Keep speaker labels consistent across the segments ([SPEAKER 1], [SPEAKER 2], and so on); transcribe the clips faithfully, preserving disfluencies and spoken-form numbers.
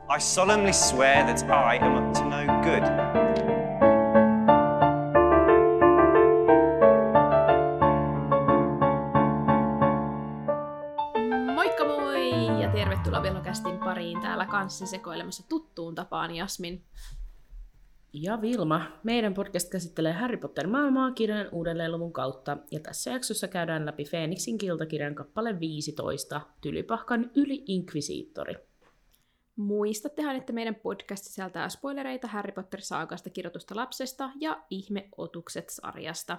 [SPEAKER 1] I solemnly swear that I am up to no good.
[SPEAKER 2] Moikka moi ja tervetuloa Velhokästin pariin, täällä kanssa sekoilemassa tuttuun tapaan Jasmin.
[SPEAKER 3] Ja Vilma. Meidän podcast käsittelee Harry Potter maailmaa kirjan uudelleenluvun kautta, ja tässä jaksossa käydään läpi Feeniksin kiltakirjan kappale viisitoista, Tylypahkan yli-inkvisiittori.
[SPEAKER 2] Muistattehan, että meidän podcast sisältää spoilereita Harry Potter-saakasta kirjoitusta lapsesta ja Ihmeotukset-sarjasta.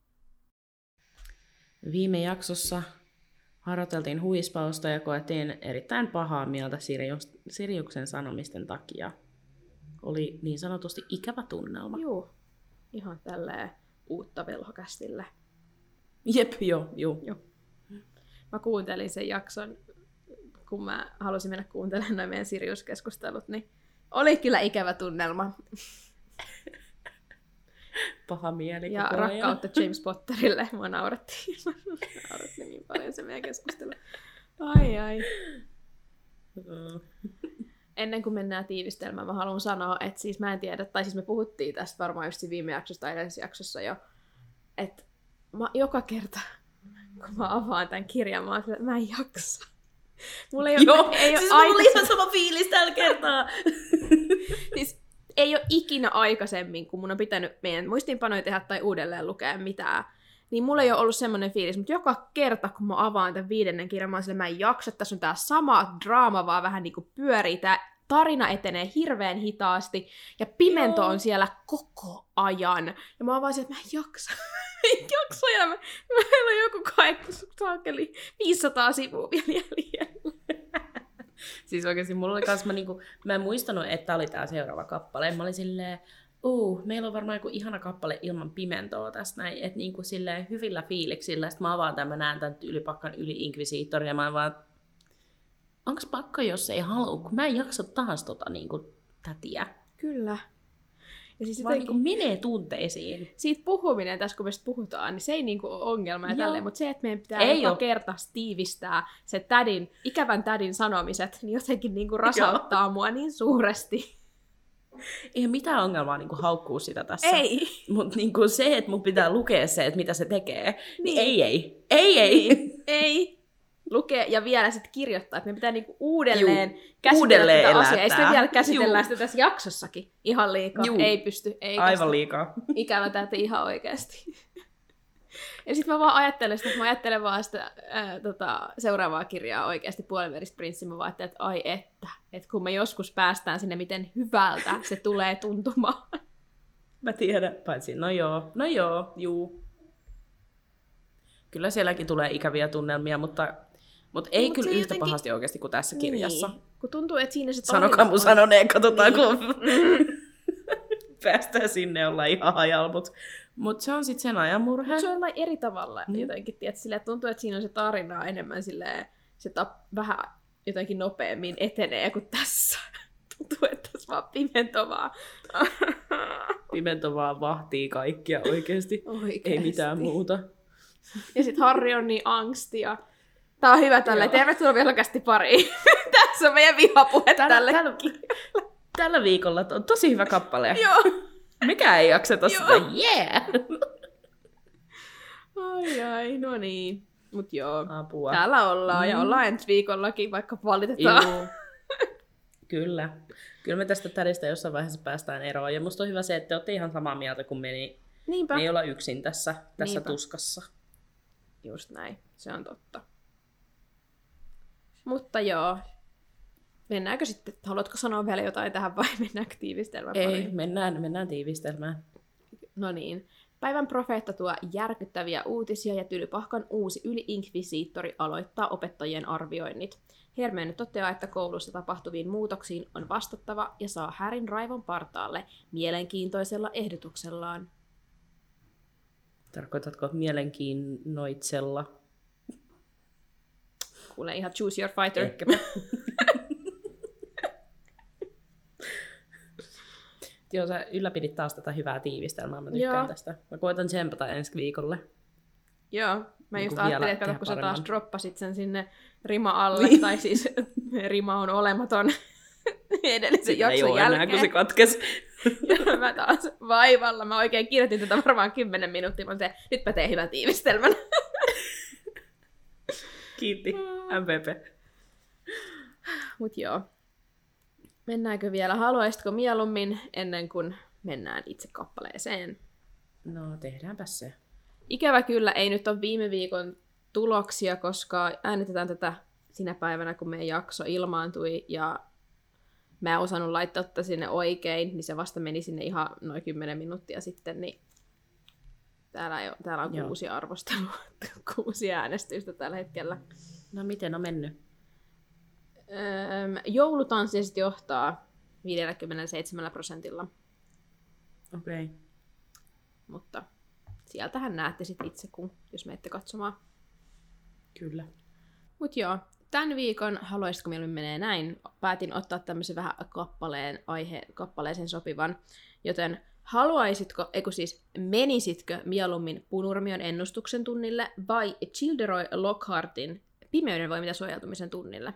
[SPEAKER 3] Viime jaksossa harjoiteltiin huispausta ja koettiin erittäin pahaa mieltä Sirius, Siriuksen sanomisten takia. Oli niin sanotusti ikävä tunnelma.
[SPEAKER 2] Joo, ihan tälleen uutta Velhokästille.
[SPEAKER 3] Jep, joo, joo.
[SPEAKER 2] joo. Mä kuuntelin sen jakson, kun mä halusin mennä kuuntelemaan noin meidän Sirius-keskustelut, niin oli kyllä ikävä tunnelma.
[SPEAKER 3] Paha mieli.
[SPEAKER 2] Ja rakkautta James Potterille. Mua naurattiin. naurattiin niin paljon se meidän keskustelu. Ai ai. Ennen kuin mennään tiivistelmään, mä haluan sanoa, että siis mä en tiedä, tai siis me puhuttiin tästä varmaan just viime jaksossa tai edellisessä jaksossa jo, että mä, joka kerta, kun mä avaan tämän kirjan, mä oon sillä, että mä en jaksa. Mulla ei ole,
[SPEAKER 3] Joo,
[SPEAKER 2] ei
[SPEAKER 3] siis
[SPEAKER 2] ole
[SPEAKER 3] mulla oli ihan sama fiilis tällä kertaa.
[SPEAKER 2] siis ei ole ikinä aikaisemmin, kun mun on pitänyt meidän muistiinpanoja tehdä tai uudelleen lukea mitään, niin mulla ei ole ollut semmoinen fiilis, mutta joka kerta, kun mä avaan tämän viidennen kirjan, mä oon sillä, mä en jaksa, tässä on tää sama draama, vaan vähän niin kuin pyörii, tää tarina etenee hirveän hitaasti, ja pimento on siellä koko ajan. Ja mä oon vaan sillä, että mä en jaksa. en jaksa, ja mä, meillä on joku kaikki viisisataa sivua vielä jäljellä.
[SPEAKER 3] Siis oikeesti mulla oli kans, mä, niinku, mä en muistanut, että oli tää seuraava kappale. Mä olin silleen, uh, meillä on varmaan joku ihana kappale ilman pimentoa tästä näin, että niinku silleen hyvillä fiiliksillä. Sitten mä avaan tämän, mä näen tämän Tylypahkan yli-inkvisiittori, ja mä vaan, onks pakko, jos ei halua, kun mä en jaksa taas tota niinku tätiä.
[SPEAKER 2] Kyllä. Ja siis
[SPEAKER 3] vaan niinku menee tunteisiin.
[SPEAKER 2] Siitä puhuminen tässä, kun me puhutaan, niin se ei niinku ole ongelma ja tälleen, mutta se, että meidän pitää
[SPEAKER 3] ei
[SPEAKER 2] joka
[SPEAKER 3] ole.
[SPEAKER 2] kerta tiivistää se tädin, ikävän tädin sanomiset, niin jotenkin niinku rasauttaa mua niin suuresti.
[SPEAKER 3] Ei mitään ongelmaa niinku haukkuu sitä tässä.
[SPEAKER 2] Ei.
[SPEAKER 3] Mutta niinku se, että mun pitää lukea se, että mitä se tekee, niin,
[SPEAKER 2] niin
[SPEAKER 3] ei, ei. Ei, ei.
[SPEAKER 2] Niin. Ei. Lukea ja vielä sitten kirjoittaa, että me pitää niinku uudelleen
[SPEAKER 3] Juu.
[SPEAKER 2] käsitellä
[SPEAKER 3] Uudelleen
[SPEAKER 2] tätä
[SPEAKER 3] elättää.
[SPEAKER 2] asiaa. Ei sitä vielä käsitellään
[SPEAKER 3] Juu.
[SPEAKER 2] sitä tässä jaksossakin ihan liikaa.
[SPEAKER 3] Juu.
[SPEAKER 2] Ei pysty. Ei
[SPEAKER 3] Aivan
[SPEAKER 2] kestä.
[SPEAKER 3] liikaa.
[SPEAKER 2] Ikävä täältä ihan oikeasti. Ja sitten mä vaan ajattelen sitä, että mä ajattelen vaan sitä ää, tota, seuraavaa kirjaa oikeasti Puoliveristä prinssi. Mä vaan ajattelen, että ai että, että kun me joskus päästään sinne, miten hyvältä se tulee tuntumaan.
[SPEAKER 3] Mä tiedän, paitsi no joo, no joo, juu. Kyllä sielläkin tulee ikäviä tunnelmia, mutta, mutta ei
[SPEAKER 2] Mut
[SPEAKER 3] kyllä yhtä
[SPEAKER 2] jotenkin
[SPEAKER 3] pahasti oikeasti kuin tässä kirjassa.
[SPEAKER 2] Niin. Kun tuntuu, että siinä se
[SPEAKER 3] Sanokaa mun sanoneen, katsotaan
[SPEAKER 2] Niin.
[SPEAKER 3] kun päästään sinne olla ihan hajalla, mutta mut se on sitten sen ajan murhe.
[SPEAKER 2] Mut se on jollain eri tavalla
[SPEAKER 3] Mm.
[SPEAKER 2] jotenkin, tiedätkö, silleen, että tuntuu, että siinä on se tarina enemmän silleen, se tap, vähän jotenkin nopeammin etenee kuin tässä. Tuntuu, että tässä vaan pimento vaan.
[SPEAKER 3] Pimento vaan vahtii kaikkia oikeasti.
[SPEAKER 2] Oikeesti.
[SPEAKER 3] Ei mitään muuta.
[SPEAKER 2] Ja sit Harri on niin angstia. Tää on hyvä tälleen. Tervetuloa Velhokästi pariin. Tässä on meidän vihapuhe tälle.
[SPEAKER 3] Tällä, tällä viikolla on tosi hyvä kappale.
[SPEAKER 2] Joo.
[SPEAKER 3] Mikä ei jakseta
[SPEAKER 2] Joo.
[SPEAKER 3] sitä? Yeah!
[SPEAKER 2] Ai ai, no niin. Mut joo.
[SPEAKER 3] Apua.
[SPEAKER 2] Täällä ollaan
[SPEAKER 3] Mm.
[SPEAKER 2] ja ollaan ensi viikollakin, vaikka valitetaan.
[SPEAKER 3] Juu. Kyllä. Kyllä me tästä tädistä jossain vaiheessa päästään eroon. Ja musta on hyvä se, että te olette ihan samaa mieltä kuin me, niin
[SPEAKER 2] Niinpä.
[SPEAKER 3] me ei olla yksin tässä, tässä
[SPEAKER 2] Niinpä.
[SPEAKER 3] tuskassa.
[SPEAKER 2] Just näin, se on totta. Mutta joo, mennäänkö sitten, haluatko sanoa vielä jotain tähän vai mennäänkö tiivistelmään
[SPEAKER 3] Ei,
[SPEAKER 2] pariin?
[SPEAKER 3] mennään, mennään tiivistelmään.
[SPEAKER 2] No niin. Päivän profeetta tuo järkyttäviä uutisia ja Tylypahkan uusi yli-inkvisiittori aloittaa opettajien arvioinnit. Hermione toteaa, että koulussa tapahtuviin muutoksiin on vastattava ja saa Harryn raivon partaalle mielenkiintoisella ehdotuksellaan.
[SPEAKER 3] Tarkoitatko mielenkiinnoitsella?
[SPEAKER 2] Kuule ihan choose your fighter.
[SPEAKER 3] Ehkäpä. Joo, sä ylläpidit taas tätä hyvää tiivistelmää, mä tykkään
[SPEAKER 2] Joo.
[SPEAKER 3] tästä. Mä koitan tsempata ensi viikolle.
[SPEAKER 2] Joo, mä
[SPEAKER 3] Niin
[SPEAKER 2] just
[SPEAKER 3] kuin vielä
[SPEAKER 2] ajattelin, että kato,
[SPEAKER 3] tehdä
[SPEAKER 2] kun sä taas
[SPEAKER 3] paremman.
[SPEAKER 2] droppasit sen sinne rima alle,
[SPEAKER 3] Niin.
[SPEAKER 2] tai siis rima on olematon, edellisen
[SPEAKER 3] Sitä ei
[SPEAKER 2] jakson
[SPEAKER 3] ole enää,
[SPEAKER 2] jälkeen.
[SPEAKER 3] kun se katkesi.
[SPEAKER 2] Ja mä taas vaivalla. Mä oikein kirjoitin tätä varmaan kymmenen minuuttia. Mä se, nyt mä teen hyvän tiivistelmän.
[SPEAKER 3] Kiitti, M V P.
[SPEAKER 2] Mut joo. Mennäänkö vielä? Haluaisitko mieluummin ennen kuin mennään itse kappaleeseen?
[SPEAKER 3] No, tehdäänpä se.
[SPEAKER 2] Ikävä kyllä ei nyt ole viime viikon tuloksia, koska äänitetään tätä sinä päivänä, kun meidän jakso ilmaantui, ja mä en osannut laittaa tätä sinne oikein, niin se vasta meni sinne ihan noin kymmenen minuuttia sitten, niin täällä, ei ole, täällä on
[SPEAKER 3] Joo.
[SPEAKER 2] kuusi arvostelua, kuusi äänestystä tällä hetkellä.
[SPEAKER 3] No, miten on mennyt?
[SPEAKER 2] Öö, joulutanssi sitten johtaa viisikymmentäseitsemän prosentilla,
[SPEAKER 3] Okei. Okay.
[SPEAKER 2] mutta sieltähän näette sitten itse, kun, jos menette katsomaan.
[SPEAKER 3] Kyllä.
[SPEAKER 2] Mut joo, tämän viikon Haluaisitko mieluummin menee näin. Päätin ottaa tämmöisen vähän kappaleen aihe, kappaleeseen sopivan, joten haluaisitko, eiku siis menisitkö mieluummin Punurmion ennustuksen tunnille vai Childeroy Lockhartin Pimeyden voimia suojautumisen tunnille?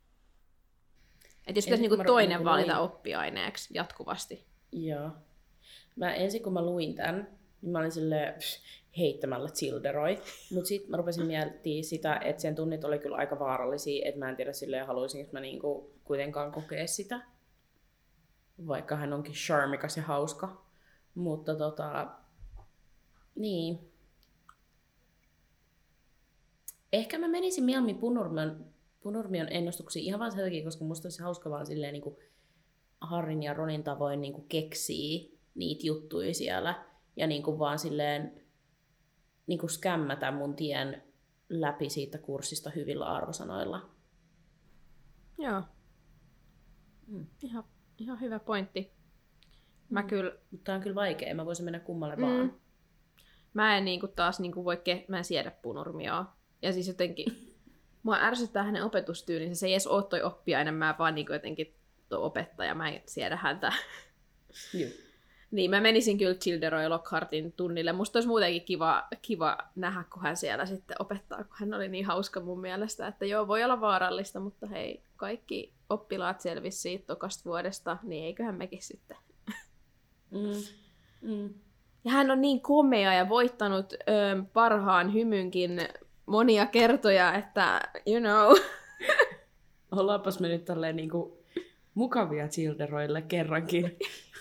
[SPEAKER 2] Et jos pitäisi niinku toinen
[SPEAKER 3] mä,
[SPEAKER 2] valita
[SPEAKER 3] luin...
[SPEAKER 2] oppiaineeksi jatkuvasti.
[SPEAKER 3] Joo. Mä ensin kun mä luin tän, niin mä olin silleen pff, heittämällä Childeroy. Mut sit mä rupesin miettimään sitä, että sen tunnit oli kyllä aika vaarallisia, että mä en tiedä silleen haluaisinko mä niinku kuitenkaan kokea sitä. Vaikka hän onkin charmikas ja hauska. Mutta tota, niin. Ehkä mä menisin mieluummin Punurmion, Punurmion ennustuksiin ihan vaan sen takia, koska musta olisi hauska vaan silleen niinku Harrin ja Ronin tavoin niinku keksii niitä juttuja siellä. Ja niinku vaan silleen niinku skämmätä mun tien läpi siitä kurssista hyvillä arvosanoilla.
[SPEAKER 2] Joo.
[SPEAKER 3] Mm.
[SPEAKER 2] Ihan, ihan hyvä pointti. Mä mm. kyllä...
[SPEAKER 3] Mutta tää on kyllä vaikea, mä voisin mennä kummalle
[SPEAKER 2] Mm.
[SPEAKER 3] vaan.
[SPEAKER 2] Mä en niinku taas niinku voi ke... mä en siedä Punurmioa. Ja siis jotenkin... Mua ärsyttää hänen opetustyylinsä. Se ei edes oo toi oppiaine, mä vaan niinku jotenkin tuo opettaja. Mä en siedä häntä.
[SPEAKER 3] Joo.
[SPEAKER 2] Niin, mä menisin kyllä Childeroy Lockhartin tunnille. Musta olisi muutenkin kiva, kiva nähdä, kun hän siellä sitten opettaa, kun hän oli niin hauska mun mielestä, että joo, voi olla vaarallista, mutta hei, kaikki oppilaat selvisi siitä tokasta vuodesta, niin eiköhän mekin sitten.
[SPEAKER 3] Mm. Mm.
[SPEAKER 2] Ja hän on niin komea ja voittanut ö, parhaan hymynkin monia kertoja, että you know.
[SPEAKER 3] Ollaanpas me nyt tälleen niinku mukavia Childeroille kerrankin.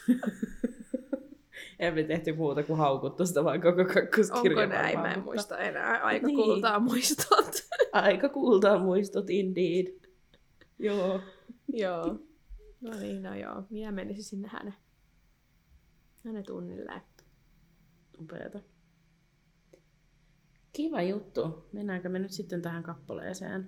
[SPEAKER 3] Emme tehty muuta kuin haukuttu sitä vaan koko kakkoskirja.
[SPEAKER 2] Onko näin? Mä en
[SPEAKER 3] mutta...
[SPEAKER 2] muista enää. Aika
[SPEAKER 3] Niin.
[SPEAKER 2] kultaa muistot.
[SPEAKER 3] Aika kultaa muistot, indeed. Joo.
[SPEAKER 2] Joo. No niin, no joo. Minä menisin sinne hänen, hänen tunnilleen.
[SPEAKER 3] Upeeta. Kiva juttu. Mennäänkö me nyt sitten tähän kappaleeseen?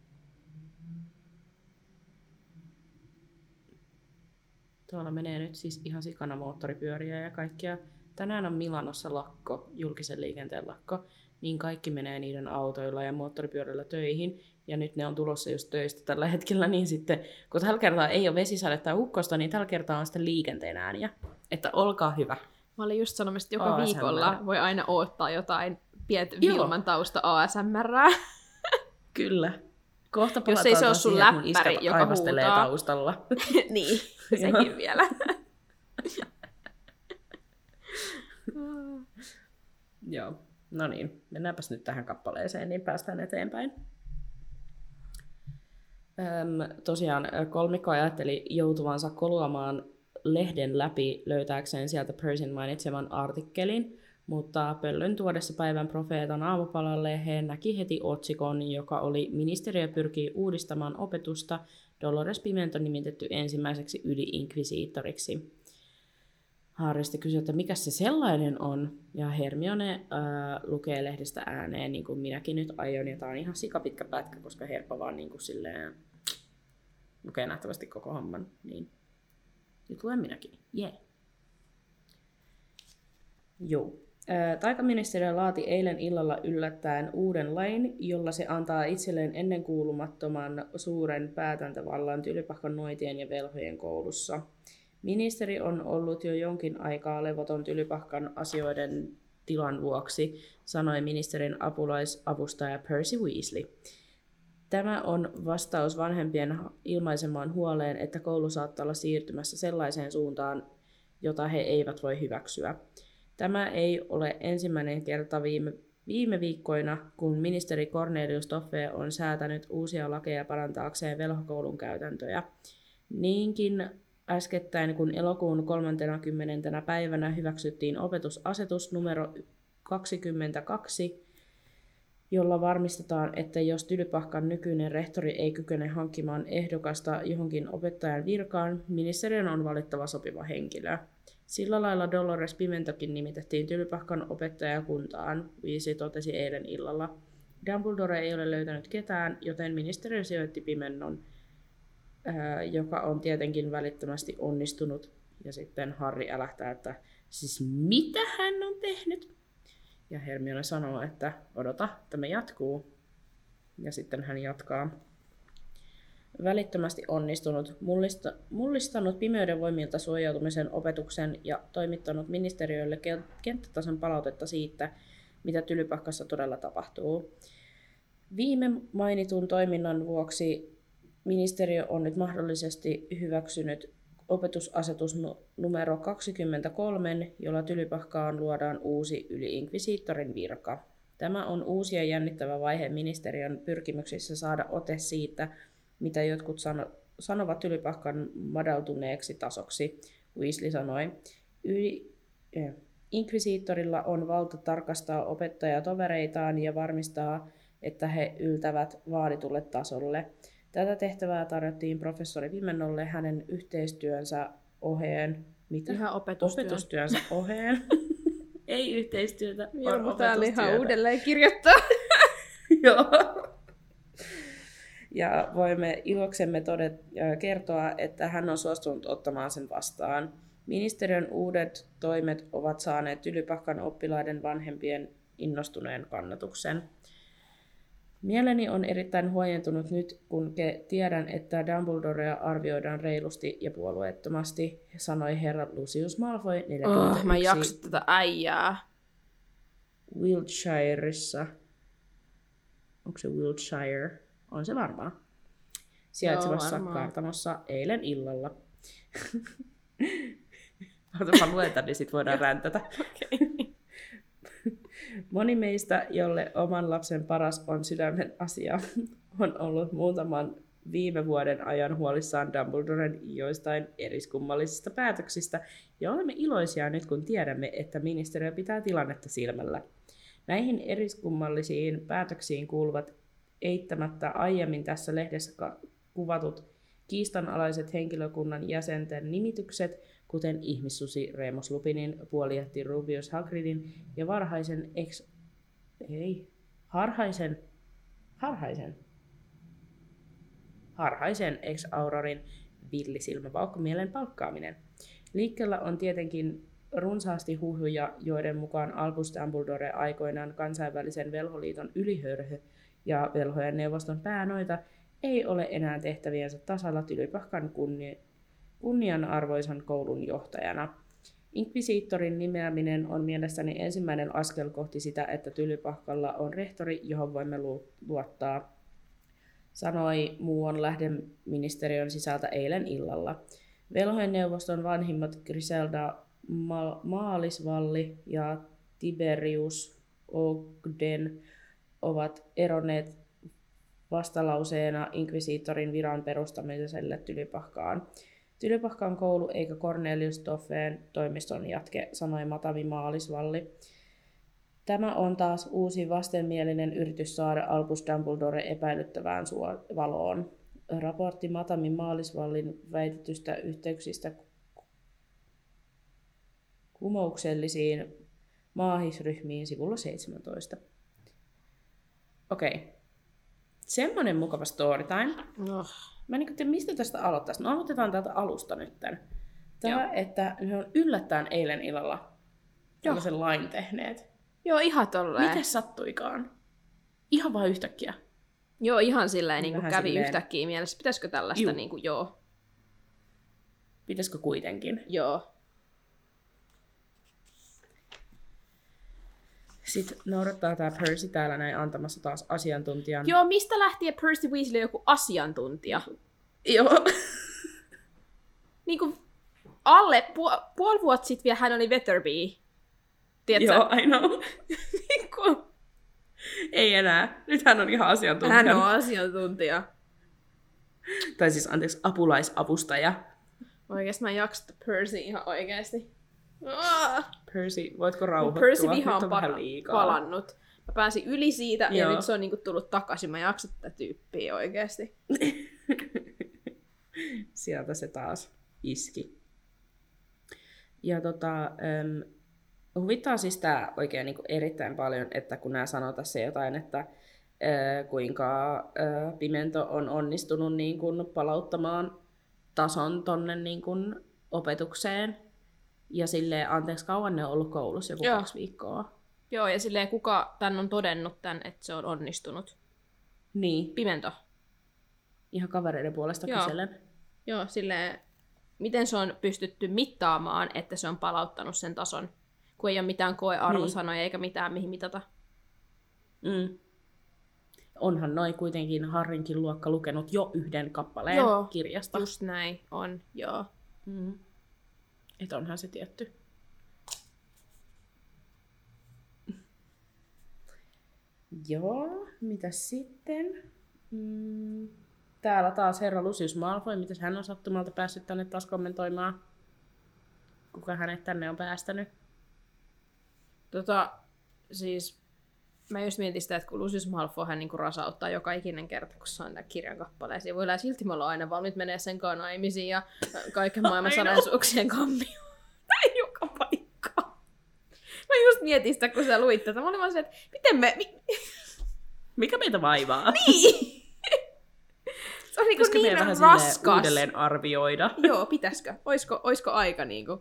[SPEAKER 3] Tuolla menee nyt siis ihan sikana moottoripyöriä ja kaikkia. Tänään on Milanossa lakko, julkisen liikenteen lakko, niin kaikki menee niiden autoilla ja moottoripyörillä töihin. Ja nyt ne on tulossa just töistä tällä hetkellä, niin sitten kun tällä kertaa ei ole vesisadetta tai ukkosta, niin tällä kertaa on sitten liikenteen ääniä. Että olkaa hyvä.
[SPEAKER 2] Mä olin just sanomassa, että joka
[SPEAKER 3] A S M R.
[SPEAKER 2] viikolla voi aina odottaa jotain pientä
[SPEAKER 3] Joo.
[SPEAKER 2] Vilman tausta A S M R:ää.
[SPEAKER 3] Kyllä. Kohta
[SPEAKER 2] Jos ei se ole
[SPEAKER 3] taas
[SPEAKER 2] sun
[SPEAKER 3] siihen, kun
[SPEAKER 2] läppäri,
[SPEAKER 3] iskä
[SPEAKER 2] joka
[SPEAKER 3] aivastelee
[SPEAKER 2] huutaa.
[SPEAKER 3] taustalla.
[SPEAKER 2] Niin, sekin vielä.
[SPEAKER 3] Joo, no niin. Mennäänpäs nyt tähän kappaleeseen, niin päästään eteenpäin. Öm, tosiaan kolmikko ajatteli joutuvansa koluamaan lehden läpi löytääkseen sieltä Percyn mainitseman artikkelin, mutta pöllön tuodessa päivän profeetan aamupalalle he näki heti otsikon, joka oli Ministeriö pyrkii uudistamaan opetusta, Dolores Pimento nimitetty ensimmäiseksi yli-inkvisiittoriksi. Harry sitten kysyi, että mikä se sellainen on, ja Hermione ää, lukee lehdestä ääneen, niin kuin minäkin nyt aion, ja tämä on ihan sikapitkä pätkä, koska Herppa vaan niin kuin silleen lukee nähtävästi koko homman, niin nyt luen minäkin. Jee. Yeah. Joo. Taikaministeriö laati eilen illalla yllättäen uuden lain, jolla se antaa itselleen ennenkuulumattoman suuren päätäntävallan Tylypahkan noitien ja velhojen koulussa. Ministeri on ollut jo jonkin aikaa levoton Tylypahkan asioiden tilan vuoksi, sanoi ministerin apulaisavustaja Percy Weasley. Tämä on vastaus vanhempien ilmaisemaan huoleen, että koulu saattaa olla siirtymässä sellaiseen suuntaan, jota he eivät voi hyväksyä. Tämä ei ole ensimmäinen kerta viime, viime viikkoina, kun ministeri Cornelius Toffe on säätänyt uusia lakeja parantaakseen velhokoulun käytäntöjä. Niinkin äskettäin, kun elokuun kolmantenakymmenentenä päivänä hyväksyttiin opetusasetus numero kaksikymmentäkaksi, jolla varmistetaan, että jos Tylypahkan nykyinen rehtori ei kykene hankkimaan ehdokasta johonkin opettajan virkaan, ministeriön on valittava sopiva henkilö. Sillä lailla Dolores Pimentokin nimitettiin Tylypahkan opettajakuntaan, Weasley totesi eilen illalla. Dumbledore ei ole löytänyt ketään, joten ministeriö sijoitti Pimennon, ää, joka on tietenkin välittömästi onnistunut. Ja sitten Harry älähtää, että siis mitä hän on tehnyt? Ja Hermione sanoo, että odota, tämä jatkuu. Ja sitten hän jatkaa. Välittömästi onnistunut, mullista, mullistanut pimeyden voimilta suojautumisen opetuksen ja toimittanut ministeriölle kenttätason palautetta siitä, mitä Tylypahkassa todella tapahtuu. Viime mainitun toiminnan vuoksi ministeriö on nyt mahdollisesti hyväksynyt opetusasetus numero kaksikymmentäkolme, jolla Tylypahkaan luodaan uusi yli-inkvisiittorin virka. Tämä on uusi ja jännittävä vaihe ministeriön pyrkimyksissä saada ote siitä, mitä jotkut sano, sanovat Tylypahkan madaltuneeksi tasoksi, Weasley sanoi. Yli, eh, inkvisiittorilla on valta tarkastaa opettajatovereitaan ja varmistaa, että he yltävät vaaditulle tasolle. Tätä tehtävää tarjottiin professori Pimennolle hänen yhteistyönsä oheen. Mitä?
[SPEAKER 2] Ihan opetustyön.
[SPEAKER 3] Opetustyönsä oheen. Ei yhteistyötä,
[SPEAKER 2] Joo,
[SPEAKER 3] vaan
[SPEAKER 2] mutta tää oli ihan
[SPEAKER 3] opetustyötä.
[SPEAKER 2] uudelleen kirjoittaa.
[SPEAKER 3] Joo. Ja voimme iloksemme todet, kertoa, että hän on suostunut ottamaan sen vastaan. Ministeriön uudet toimet ovat saaneet Tylypahkan oppilaiden vanhempien innostuneen kannatuksen. Mieleni on erittäin huojentunut nyt, kun tiedän, että Dumbledorea arvioidaan reilusti ja puolueettomasti, sanoi herra Lucius Malfoy neljäkymmentäyksi.
[SPEAKER 2] Oh, mä en jaksa tätä äijää.
[SPEAKER 3] Wiltshireissa. Onko se Wiltshire? On se varmaan. Sijaitsevassa
[SPEAKER 2] Joo, varmaan.
[SPEAKER 3] kartanossa eilen illalla. Ota mä luetan, niin sit voidaan räntätä.
[SPEAKER 2] Okay.
[SPEAKER 3] Moni meistä, jolle oman lapsen paras on sydämen asia, on ollut muutaman viime vuoden ajan huolissaan Dumbledoren joistain eriskummallisista päätöksistä, ja olemme iloisia nyt, kun tiedämme, että ministeriö pitää tilannetta silmällä. Näihin eriskummallisiin päätöksiin kuuluvat eittämättä aiemmin tässä lehdessä kuvatut kiistanalaiset henkilökunnan jäsenten nimitykset, kuten ihmissusi Remus Lupinin, puolijätti Rubius Hagridin ja varhaisen ex... Ei. Harhaisen... Harhaisen... Harhaisen ex-aurorin villisilmäpaukkumielen palkkaaminen. Liikkeellä on tietenkin runsaasti huhuja, joiden mukaan Albus Dumbledore aikoinaan kansainvälisen velholiiton ylihörhö ja velhojen neuvoston päänoita ei ole enää tehtäviensä tasalla Tylypahkan kunni- kunnianarvoisan koulun johtajana. Inkvisiittorin nimeäminen on mielestäni ensimmäinen askel kohti sitä, että Tylypahkalla on rehtori, johon voimme lu- luottaa, sanoi muuan lähdeministeriön sisältä eilen illalla. Velhojen neuvoston vanhimmat Griselda Ma- Maalisvalli ja Tiberius Ogden ovat eronneet vastalauseena inkvisiittorin viran perustamiselle Tylypahkaan. Tylypahkan koulu eikä Cornelius Toffeen toimiston jatke, sanoi Matami Maalisvalli. Tämä on taas uusi vastenmielinen yritys saada Albus Dumbledore epäilyttävään suo- valoon. Raportti Matami Maalisvallin väitetystä yhteyksistä kumouksellisiin maahisryhmiin sivulla seitsemäntoista. Okei. Okay. Semmoinen mukava storytime.
[SPEAKER 2] Oh.
[SPEAKER 3] Mä en tiedä, mistä tästä aloittaisi. No aloitetaan täältä alusta nytten. Tämä, Joo. että ne on yllättäen eilen illalla tällaisen lain tehneet.
[SPEAKER 2] Joo, ihan tolleen.
[SPEAKER 3] Miten sattuikaan? Ihan vaan yhtäkkiä.
[SPEAKER 2] Joo, ihan silleen niin kuin kävi
[SPEAKER 3] silleen.
[SPEAKER 2] yhtäkkiä mielessä. Pitäisikö tällaista? Niin kuin, joo.
[SPEAKER 3] Pitäisikö kuitenkin?
[SPEAKER 2] Joo.
[SPEAKER 3] Sitten noudattaa tää Percy täällä näin antamassa taas asiantuntijan.
[SPEAKER 2] Joo, mistä lähtien Percy Weasley on joku asiantuntija?
[SPEAKER 3] Joo.
[SPEAKER 2] Niin kuin alle pu- puoli vuotta sitten vielä hän oli Weatherby. Tiedätkö?
[SPEAKER 3] Joo, I know.
[SPEAKER 2] Niin kuin...
[SPEAKER 3] Ei enää. Nyt hän on ihan asiantuntija.
[SPEAKER 2] Hän on asiantuntija.
[SPEAKER 3] Tai siis, anteeksi, apulaisavustaja.
[SPEAKER 2] Oikeesti mä en jaksa Percy ihan oikeesti. Ah!
[SPEAKER 3] Percy, voitko rauhoittua?
[SPEAKER 2] Percy viha
[SPEAKER 3] Nyt
[SPEAKER 2] on
[SPEAKER 3] vähän
[SPEAKER 2] pa-
[SPEAKER 3] liikaa.
[SPEAKER 2] palannut. Mä pääsin yli siitä ja
[SPEAKER 3] Joo.
[SPEAKER 2] nyt se on niinku tullut takaisin. Mä jaksan tätä tyyppiä oikeesti.
[SPEAKER 3] Sieltä se taas iski. Ja tota, ähm, huvittaa siis tää oikein niinku erittäin paljon, että kun nää sanoo tässä jotain, että äh, kuinka äh, Pimento on onnistunut niin kun palauttamaan tason tonne niin kun opetukseen. Ja silleen, anteeksi, kauan ne on ollut koulussa, joku
[SPEAKER 2] Joo.
[SPEAKER 3] kaksi viikkoa.
[SPEAKER 2] Joo, ja silleen kuka tän on todennut tän, että se on onnistunut?
[SPEAKER 3] Niin,
[SPEAKER 2] Pimento.
[SPEAKER 3] ihan kavereiden puolesta
[SPEAKER 2] Joo.
[SPEAKER 3] kyselen.
[SPEAKER 2] Joo, silleen, miten se on pystytty mittaamaan, että se on palauttanut sen tason, kun ei ole mitään koearvosanoja niin. eikä mitään mihin mitata.
[SPEAKER 3] Mm. Onhan noi kuitenkin Harrinkin luokka lukenut jo yhden kappaleen
[SPEAKER 2] Joo,
[SPEAKER 3] kirjasta.
[SPEAKER 2] Just näin on, joo.
[SPEAKER 3] Mm. Että onhan se tietty. Joo, mitä sitten? Mm. Täällä taas herra Lucius Malfoy, mitäs hän on sattumalta päässyt tänne taas kommentoimaan? Kuka hänet tänne on päästänyt?
[SPEAKER 2] Tota, siis mä just mietin sitä, että kun Lucius Malfoy hän niinku rasauttaa joka ikinen kerta, kun se on nää kirjan kappaleisiin. Voi olla silti me ollaan aina valmiit menee sen kanssa naimisiin ja kaiken maailman salaisuuksien kammioon. Tää joka paikkaan. Mä just mietin sitä, kun sä luit tätä. Mä olin vaan se, että miten me... Mi-
[SPEAKER 3] Mikä meitä vaivaa?
[SPEAKER 2] niin! Se on niinku
[SPEAKER 3] Pitäisikö
[SPEAKER 2] niin
[SPEAKER 3] meidän vähän
[SPEAKER 2] raskas.
[SPEAKER 3] silleen uudelleen arvioida?
[SPEAKER 2] Joo, pitäisikö? Oisko, oisko aika niinku?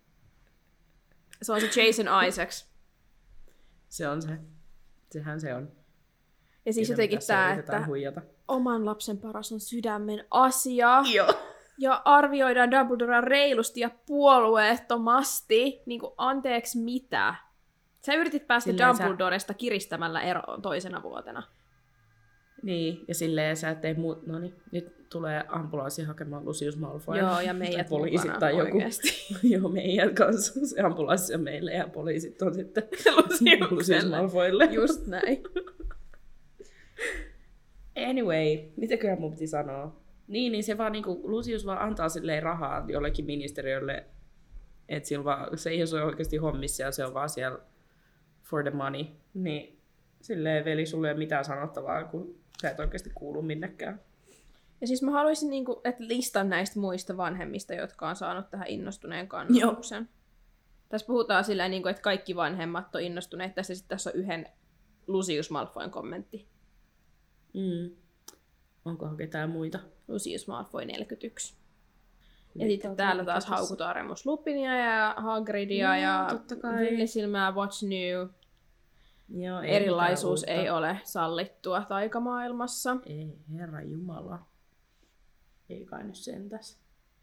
[SPEAKER 2] Se on se Jason Isaacs.
[SPEAKER 3] Se on se. Sehän se on.
[SPEAKER 2] Ja siis
[SPEAKER 3] Ilman
[SPEAKER 2] jotenkin
[SPEAKER 3] tässä
[SPEAKER 2] tää,
[SPEAKER 3] yritetään
[SPEAKER 2] että
[SPEAKER 3] huijata.
[SPEAKER 2] oman lapsen paras on sydämen asia.
[SPEAKER 3] Joo.
[SPEAKER 2] Ja arvioidaan Dumbledorea reilusti ja puolueettomasti. Niin kuin, anteeksi mitä? Sä yritit päästä
[SPEAKER 3] Silleen
[SPEAKER 2] Dumbledoresta sä... kiristämällä eroon toisena vuotena.
[SPEAKER 3] Niin, ja silleen sä et tee muut... No niin, nyt tulee ambulanssi hakemaan Lucius Malfoy.
[SPEAKER 2] Joo, ja meidät
[SPEAKER 3] tai poliisit
[SPEAKER 2] mukana
[SPEAKER 3] tai joku.
[SPEAKER 2] oikeesti.
[SPEAKER 3] Joo, meidän kanssa. Se ambulanssi on meille ja poliisit on sitten
[SPEAKER 2] Luciukselle.
[SPEAKER 3] Lucius Malfoylle.
[SPEAKER 2] Just näin.
[SPEAKER 3] Anyway, mitäköhän mun piti sanoa? Niin, niin se vaan niinku, Lucius vaan antaa silleen rahaa jollekin ministeriölle, että se ei ole oikeasti hommissa ja se on vaan siellä for the money. Niin silleen, veli, sulle ei ole mitään sanottavaa, kun sä et oikeasti kuulu minnekään.
[SPEAKER 2] Ja siis mä haluaisin, niinku, että listan näistä muista vanhemmista, jotka on saanut tähän innostuneen kannustuksen. Tässä puhutaan silleen, niinku, että kaikki vanhemmat on innostuneet. Tässä, sit tässä on yhden Lucius Malfoyn kommentti.
[SPEAKER 3] Mm. Onkohan ketään muita?
[SPEAKER 2] Lucius Malfoy neljäkymmentäyksi. Ja
[SPEAKER 3] Nyt
[SPEAKER 2] sitten
[SPEAKER 3] on
[SPEAKER 2] täällä
[SPEAKER 3] mikä
[SPEAKER 2] taas
[SPEAKER 3] tässä?
[SPEAKER 2] haukutaan Remus Lupinia ja Hagridia
[SPEAKER 3] Joo,
[SPEAKER 2] ja
[SPEAKER 3] totta kai.
[SPEAKER 2] Villisilmää, What's New.
[SPEAKER 3] Joo, ei
[SPEAKER 2] Erilaisuus
[SPEAKER 3] mitään
[SPEAKER 2] ei
[SPEAKER 3] uutta.
[SPEAKER 2] ole sallittua taikamaailmassa.
[SPEAKER 3] Ei, herra jumala. Ei kai nyt sentäs.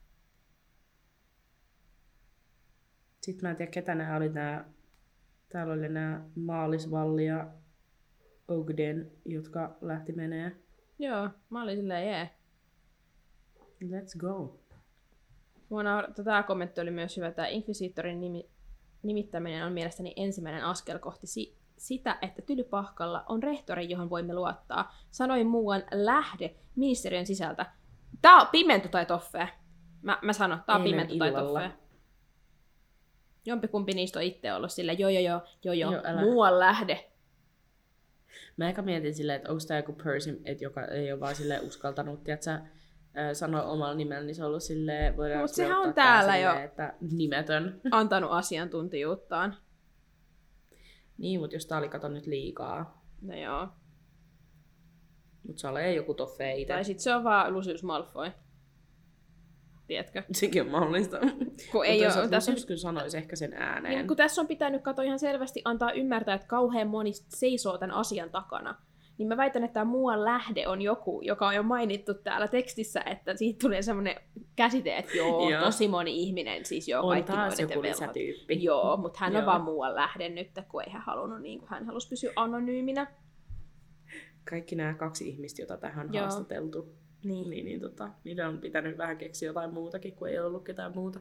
[SPEAKER 3] Sitten mä en tiedä, ketä nämä oli nämä. Täällä oli nämä Maalisvalli ja Ogden, jotka lähti menee.
[SPEAKER 2] Joo, mä olin silleen, jee.
[SPEAKER 3] Let's go.
[SPEAKER 2] Vuonna tämä kommentti oli myös hyvä. Tämä Inquisitorin nimi, nimittäminen on mielestäni ensimmäinen askel kohti si- sitä, että Tylypahkalla on rehtori, johon voimme luottaa. Sanoin muuan lähde ministeriön sisältä. Tää on Pimento tai Toffe. Mä, mä sanon, tää on
[SPEAKER 3] Eilen
[SPEAKER 2] Pimento tai
[SPEAKER 3] illalla.
[SPEAKER 2] Toffe. Jompikumpi niistä on itse ollut silleen, joo joo joo, joo joo,
[SPEAKER 3] Joo, älä.
[SPEAKER 2] muuan lähde.
[SPEAKER 3] Mä ehkä mietin silleen, että onko tämä joku Percy, että joka ei ole vaan silleen uskaltanut, tiedätkö, sanoa omalla nimellä, niin se on ollut silleen, voidaan
[SPEAKER 2] Mut sehän
[SPEAKER 3] ottaa
[SPEAKER 2] on
[SPEAKER 3] tää
[SPEAKER 2] täällä
[SPEAKER 3] silleen,
[SPEAKER 2] jo.
[SPEAKER 3] että nimetön.
[SPEAKER 2] Antanut asiantuntijuuttaan.
[SPEAKER 3] Niin, mutta jos tää oli kato nyt liikaa.
[SPEAKER 2] No joo.
[SPEAKER 3] Mutta se oli joku Toffe itse.
[SPEAKER 2] Tai sit se on vaan Lucius Malfoy. Tiedätkö?
[SPEAKER 3] Sekin on mahdollista.
[SPEAKER 2] Kun ei
[SPEAKER 3] Mutta
[SPEAKER 2] ole, tässä on,
[SPEAKER 3] Lucius kyllä sanoisi ehkä sen ääneen.
[SPEAKER 2] niin, kun tässä on pitänyt katsoa ihan selvästi antaa ymmärtää, että kauhean moni seisoo tämän asian takana. niin mä väitän, että tämä muuan lähde on joku, joka on jo mainittu täällä tekstissä, että siitä tulee semmoinen käsite, että joo,
[SPEAKER 3] Joo.
[SPEAKER 2] tosi moni ihminen, siis joo,
[SPEAKER 3] On
[SPEAKER 2] kaikki
[SPEAKER 3] taas
[SPEAKER 2] noidet ja
[SPEAKER 3] joku
[SPEAKER 2] velhot.
[SPEAKER 3] lisätyyppi.
[SPEAKER 2] Joo, mutta hän on
[SPEAKER 3] Joo.
[SPEAKER 2] vaan muuan lähde nyt, kun ei hän halunnut, niin kuin hän halusi pysyä anonyyminä.
[SPEAKER 3] Kaikki nämä kaksi ihmistä, joita tähän on
[SPEAKER 2] Joo.
[SPEAKER 3] haastateltu,
[SPEAKER 2] Niin.
[SPEAKER 3] niin, niin tota, niiden on pitänyt vähän keksiä jotain muutakin, kun ei ollut ketään muuta.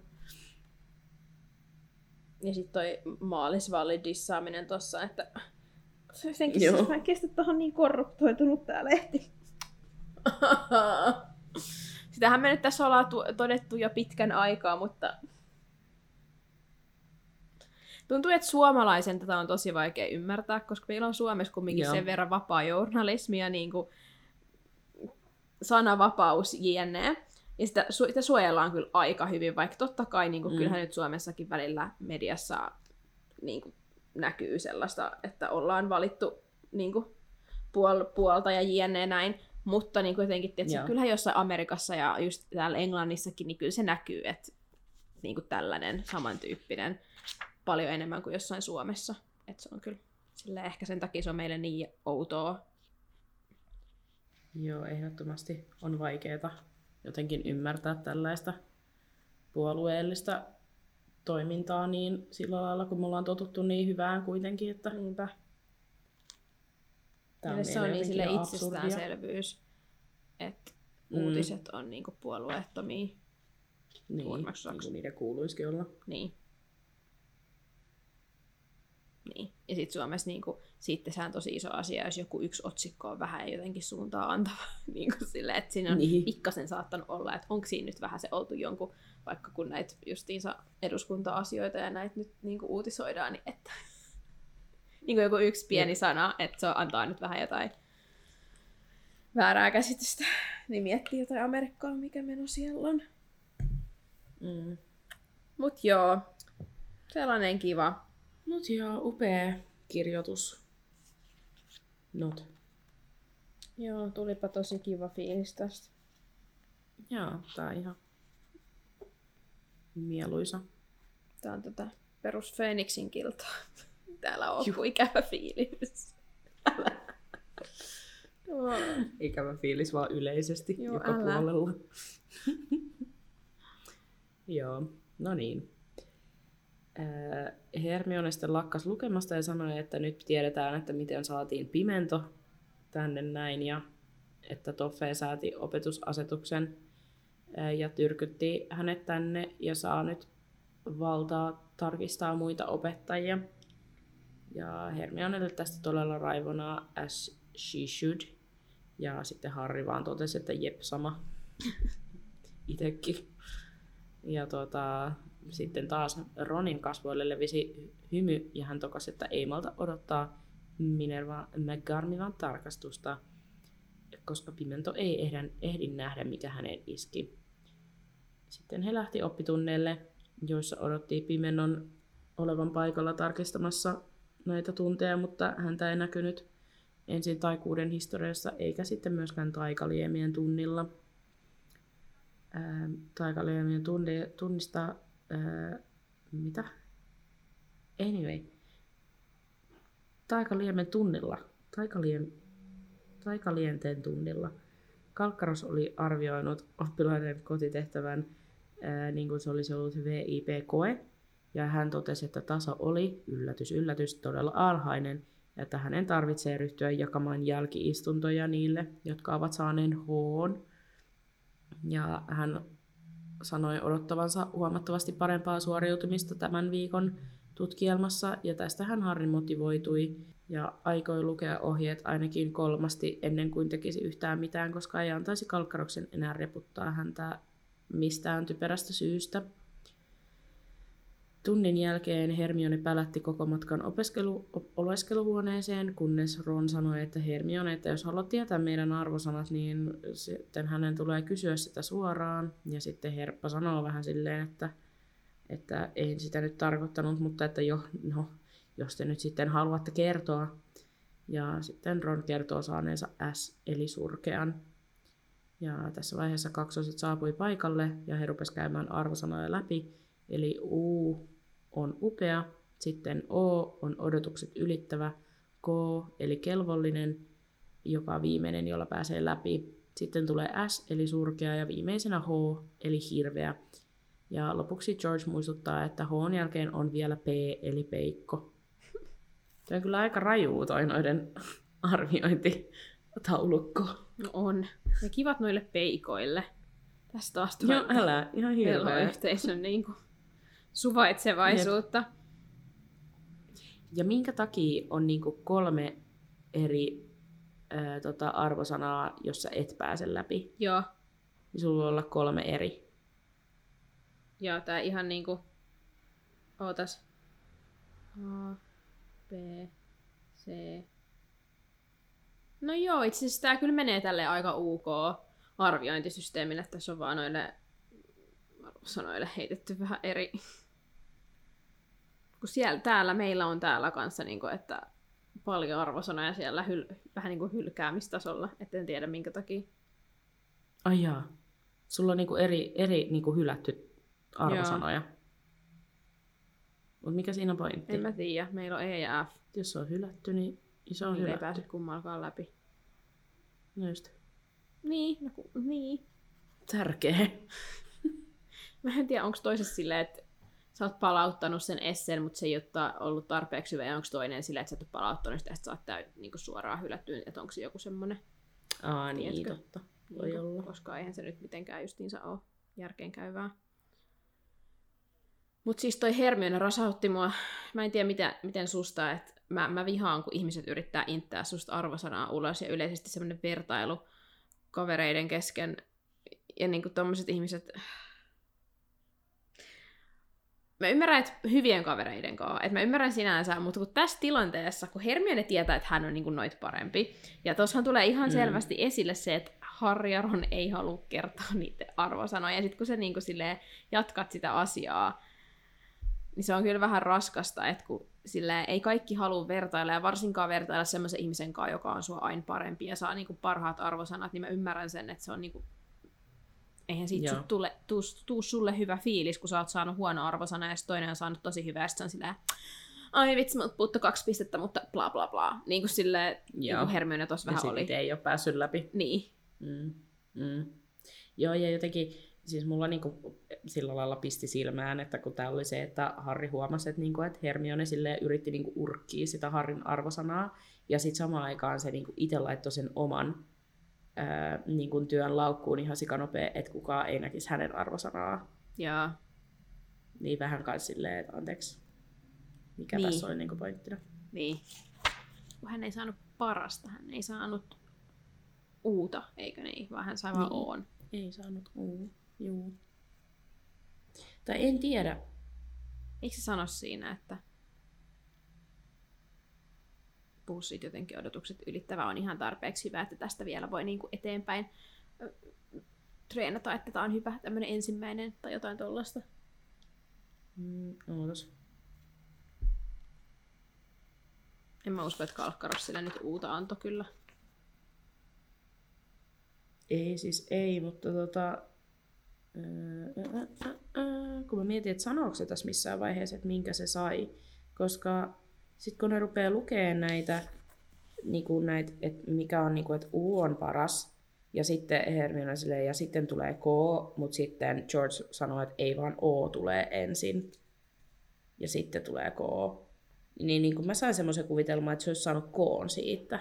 [SPEAKER 2] Ja sitten toi maalisvallin dissaaminen tossa, että jotenkin
[SPEAKER 3] Joo.
[SPEAKER 2] siis mä en kestä, että on niin korruptoitunut tää lehti. Sitähän me nyt tässä ollaan tu- todettu jo pitkän aikaa, mutta tuntuu, että suomalaisen tätä on tosi vaikea ymmärtää, koska meillä on Suomessa kumminkin
[SPEAKER 3] Joo.
[SPEAKER 2] sen verran vapaa journalismi ja niin kuin sananvapaus jne. Ja sitä, su- sitä suojellaan kyllä aika hyvin, vaikka totta kai niin kuin,
[SPEAKER 3] Mm.
[SPEAKER 2] kyllähän nyt Suomessakin välillä mediassa niin kuin, näkyy sellaista, että ollaan valittu niin kuin, puol- puolta ja jne näin. Mutta niin kuin jotenkin, tietysti,
[SPEAKER 3] Joo.
[SPEAKER 2] kyllähän jossain Amerikassa ja just täällä Englannissakin, niin kyllä se näkyy, että niin kuin tällainen samantyyppinen paljon enemmän kuin jossain Suomessa. Että se on kyllä silleen, ehkä sen takia se on meille niin outoa.
[SPEAKER 3] Joo, ehdottomasti on vaikeaa jotenkin ymmärtää tällaista puolueellista toimintaa niin sillä lailla, kun me ollaan totuttu niin hyvään kuitenkin, että
[SPEAKER 2] Niinpä.
[SPEAKER 3] tää
[SPEAKER 2] Meille se on
[SPEAKER 3] meille
[SPEAKER 2] niin sille
[SPEAKER 3] jotenkin absurdia.
[SPEAKER 2] itsestäänselvyys, että
[SPEAKER 3] Mm.
[SPEAKER 2] uutiset on niinku puolueettomia.
[SPEAKER 3] Niin,
[SPEAKER 2] Suurimmaksi
[SPEAKER 3] niin
[SPEAKER 2] osaksi.
[SPEAKER 3] kuin niiden kuuluisikin olla.
[SPEAKER 2] Niin. Niin. Ja sitten Suomessa niinku, sitten se on tosi iso asia, jos joku yksi otsikko on vähän jotenkin suuntaa antava. niinku silleen, että siinä on
[SPEAKER 3] Niin.
[SPEAKER 2] pikkasen saattanut olla, että onko siinä nyt vähän se oltu jonkun, vaikka kun näitä justiinsa eduskunta-asioita ja näitä nyt niinku uutisoidaan, niin että niin kuin joku yksi pieni
[SPEAKER 3] Jep.
[SPEAKER 2] sana, että se antaa nyt vähän jotain väärää käsitystä, niin miettii jotain Amerikkaa, mikä meno siellä on.
[SPEAKER 3] Mm.
[SPEAKER 2] Mut joo, sellainen kiva.
[SPEAKER 3] Mut joo, upea kirjoitus. Not.
[SPEAKER 2] Joo, tulipa tosi kiva fiilis tästä.
[SPEAKER 3] Joo, tää on ihan mieluisa.
[SPEAKER 2] Tää on tätä perus Phoenixin kiltaa. Täällä on joku ikävä fiilis. Joo.
[SPEAKER 3] Ikävä fiilis vaan yleisesti
[SPEAKER 2] Joo,
[SPEAKER 3] joka
[SPEAKER 2] älä.
[SPEAKER 3] puolella. Joo, no niin. Äh, Hermione sitten lakkas lukemasta ja sanoi, että nyt tiedetään, että miten saatiin pimento tänne näin ja että Toffe sääti opetusasetuksen äh, ja tyrkytti hänet tänne ja saa nyt valtaa tarkistaa muita opettajia. Ja Hermionelle tästä todella raivona as she should. Ja sitten Harry vaan totesi, että jep, sama. Itekin. Ja tuota, sitten taas Ronin kasvoille levisi hymy ja hän tokasi, että ei malta odottaa Minerva McGonagallyn tarkastusta, koska Pimento ei ehdi, ehdi nähdä, mikä hänen iski. Sitten he lähti oppitunneille, joissa odotti Pimennon olevan paikalla tarkistamassa näitä tunteja, mutta häntä ei näkynyt ensin taikuuden historiassa eikä sitten myöskään taikaliemien tunnilla. Ää, taikaliemien tunne, tunnistaa... Ää, mitä? Anyway. Taikaliemen tunnilla. Taikalien, taikalienteen tunnilla. Kalkkaros oli arvioinut oppilaiden kotitehtävän ää, niin kuin se olisi ollut V I P-koe. Ja hän totesi, että taso oli, yllätys, yllätys, todella alhainen, ja että hänen tarvitsee ryhtyä jakamaan jälki-istuntoja niille, jotka ovat saaneen H:n. Ja hän sanoi odottavansa huomattavasti parempaa suoriutumista tämän viikon tutkielmassa, ja tästä hän Harry motivoitui ja aikoi lukea ohjeet ainakin kolmasti ennen kuin tekisi yhtään mitään, koska ei antaisi Kalkkaroksen enää reputtaa häntä mistään typerästä syystä. Tunnin jälkeen Hermione pälätti koko matkan opiskelu- oleskeluhuoneeseen, kunnes Ron sanoi, että Hermione, että jos haluat tietää meidän arvosanat, niin sitten hänen tulee kysyä sitä suoraan. Ja sitten Herppa sanoo vähän silleen, että, että ei sitä nyt tarkoittanut, mutta että jo, no, jos te nyt sitten haluatte kertoa. Ja sitten Ron kertoo saaneensa S eli surkean. Ja tässä vaiheessa kaksoset saapui paikalle ja he rupesivat käymään arvosanoja läpi. Eli U on upea, sitten O on odotukset ylittävä, K eli kelvollinen, joka on viimeinen, jolla pääsee läpi. Sitten tulee S, eli surkea, ja viimeisenä H, eli hirveä. Ja lopuksi George muistuttaa, että H:n jälkeen on vielä P, eli peikko. Tämä on kyllä aika rajuu toi noiden arviointitaulukko.
[SPEAKER 2] No on. Ja kivat noille peikoille. Tästä taas tulee
[SPEAKER 3] Joo, älä, ihan hirveä.
[SPEAKER 2] yhteisön niin kuin suvaitsevaisuutta. Jep.
[SPEAKER 3] Ja minkä takia on niinku kolme eri ää, tota, arvosanaa, jos sä et pääse läpi?
[SPEAKER 2] Joo.
[SPEAKER 3] Niin sulla voi olla kolme eri.
[SPEAKER 2] Joo, tää ihan niinku... Ootas. A, B, C... No joo, itse asiassa tää kyllä menee tälle aika UK-arviointisysteemille. Tässä on vaan noille arvosanoille heitetty vähän eri... Kun siellä, täällä meillä on täällä kanssa, niin kuin, että paljon arvosanoja siellä hyl, vähän niin kuin hylkäämistasolla, etten tiedä minkä takia.
[SPEAKER 3] Ai jaa. Sulla on niinku eri, eri niinku hylätty arvosanoja. Mutta mikä siinä on pointti?
[SPEAKER 2] En mä tiedä. Meillä on E ja F.
[SPEAKER 3] Jos se on hylätty, niin se on
[SPEAKER 2] niin
[SPEAKER 3] hylätty.
[SPEAKER 2] ei pääse kummalkaan läpi.
[SPEAKER 3] No just.
[SPEAKER 2] Niin, no ku, niin.
[SPEAKER 3] Tärkeä.
[SPEAKER 2] Mä en tiedä, onko toisessa silleen, että sä oot palauttanut sen essen, mutta se ei ole ollut tarpeeksi hyvä, ja onko toinen silleen, että sä et ole palauttanut sitä, että sä oot täyt, niin suoraan hylättyyn, että onko se joku semmoinen.
[SPEAKER 3] Aa, niin,
[SPEAKER 2] tiedätkö?
[SPEAKER 3] totta. Voi
[SPEAKER 2] niin,
[SPEAKER 3] olla.
[SPEAKER 2] Koska eihän se nyt mitenkään justiinsa ole järkeenkäyvää. Mut siis toi Hermione rasautti mua. Mä en tiedä miten, miten susta, että mä, mä vihaan, kun ihmiset yrittää inttää susta arvosanaa ulos, ja yleisesti semmoinen vertailu kavereiden kesken, ja niinku tommoset ihmiset... Mä ymmärrän, että hyvien kavereiden kanssa, että mä ymmärrän sinänsä, mutta kun tässä tilanteessa, kun Hermione tietää, että hän on niin kuin noit parempi, ja tossahan tulee ihan mm. selvästi esille se, että Harry ja Ron ei halua kertoa niiden arvosanoja, ja sitten kun sä niin kuin silleen jatkat sitä asiaa, niin se on kyllä vähän raskasta, että kun silleen ei kaikki halua vertailla, ja varsinkaan vertailla semmoisen ihmisen kanssa, joka on sua aina parempi, ja saa niin kuin parhaat arvosanat, niin mä ymmärrän sen, että se on niin kuin eihän siitä sut tule, tuu, tuu sulle hyvä fiilis, kun sä oot saanut huono arvosana ja toinen on saanut tosi hyvä, ja sit se on silleen, ai vitsi, mut puuttu kaksi pistettä, mutta bla bla bla. Niin kuin silleen, niin kuin Hermione tossa vähän oli.
[SPEAKER 3] Ja ei ole päässyt läpi.
[SPEAKER 2] Niin.
[SPEAKER 3] Mm. Mm. Joo, ja jotenkin, siis mulla niinku sillä lailla pisti silmään, että kun tää oli se, että Harry huomasi, että, niinku, että Hermione silleen yritti niinku urkkia sitä Harryn arvosanaa, ja sit samaan aikaan se niinku itse laittoi sen oman Ää, niin kuin työn laukkuun ihan sikanopea, että kukaan ei näkisi hänen arvosanaa.
[SPEAKER 2] Jaa.
[SPEAKER 3] Niin vähän kai silleen, että anteeksi, mikä
[SPEAKER 2] niin.
[SPEAKER 3] tässä oli niin kuin pointtina.
[SPEAKER 2] Niin. Kun hän ei saanut parasta, hän ei saanut uuta, eikö niin? Vaan hän sai vaan
[SPEAKER 3] niin.
[SPEAKER 2] oon.
[SPEAKER 3] Ei saanut uu, juu. Tai en tiedä.
[SPEAKER 2] Eikö se sano siinä, että pussit jotenkin odotukset ylittävä on ihan tarpeeksi hyvä, että tästä vielä voi niinku eteenpäin ö, treenata, että tämä on hyvä tämmöinen ensimmäinen tai jotain tollasta.
[SPEAKER 3] Mm, ootas.
[SPEAKER 2] En mä usko, että Kalkkarossille nyt uuta antoi kyllä.
[SPEAKER 3] Ei siis ei, mutta tota... Ää, ää, ää, ää, kun mä mietin, että sanooko se tässä missään vaiheessa, että minkä se sai, koska sitten kun ne rupeaa lukemaan näitä, niin kuin näitä että mikä on, niin kuin, että U on paras, ja sitten Hermione silleen, ja sitten tulee K, mutta sitten George sanoo, että ei vaan O tulee ensin, ja sitten tulee K. Niin, niin kuin mä sain semmoisen kuvitelman, että se olisi saanut K:n siitä.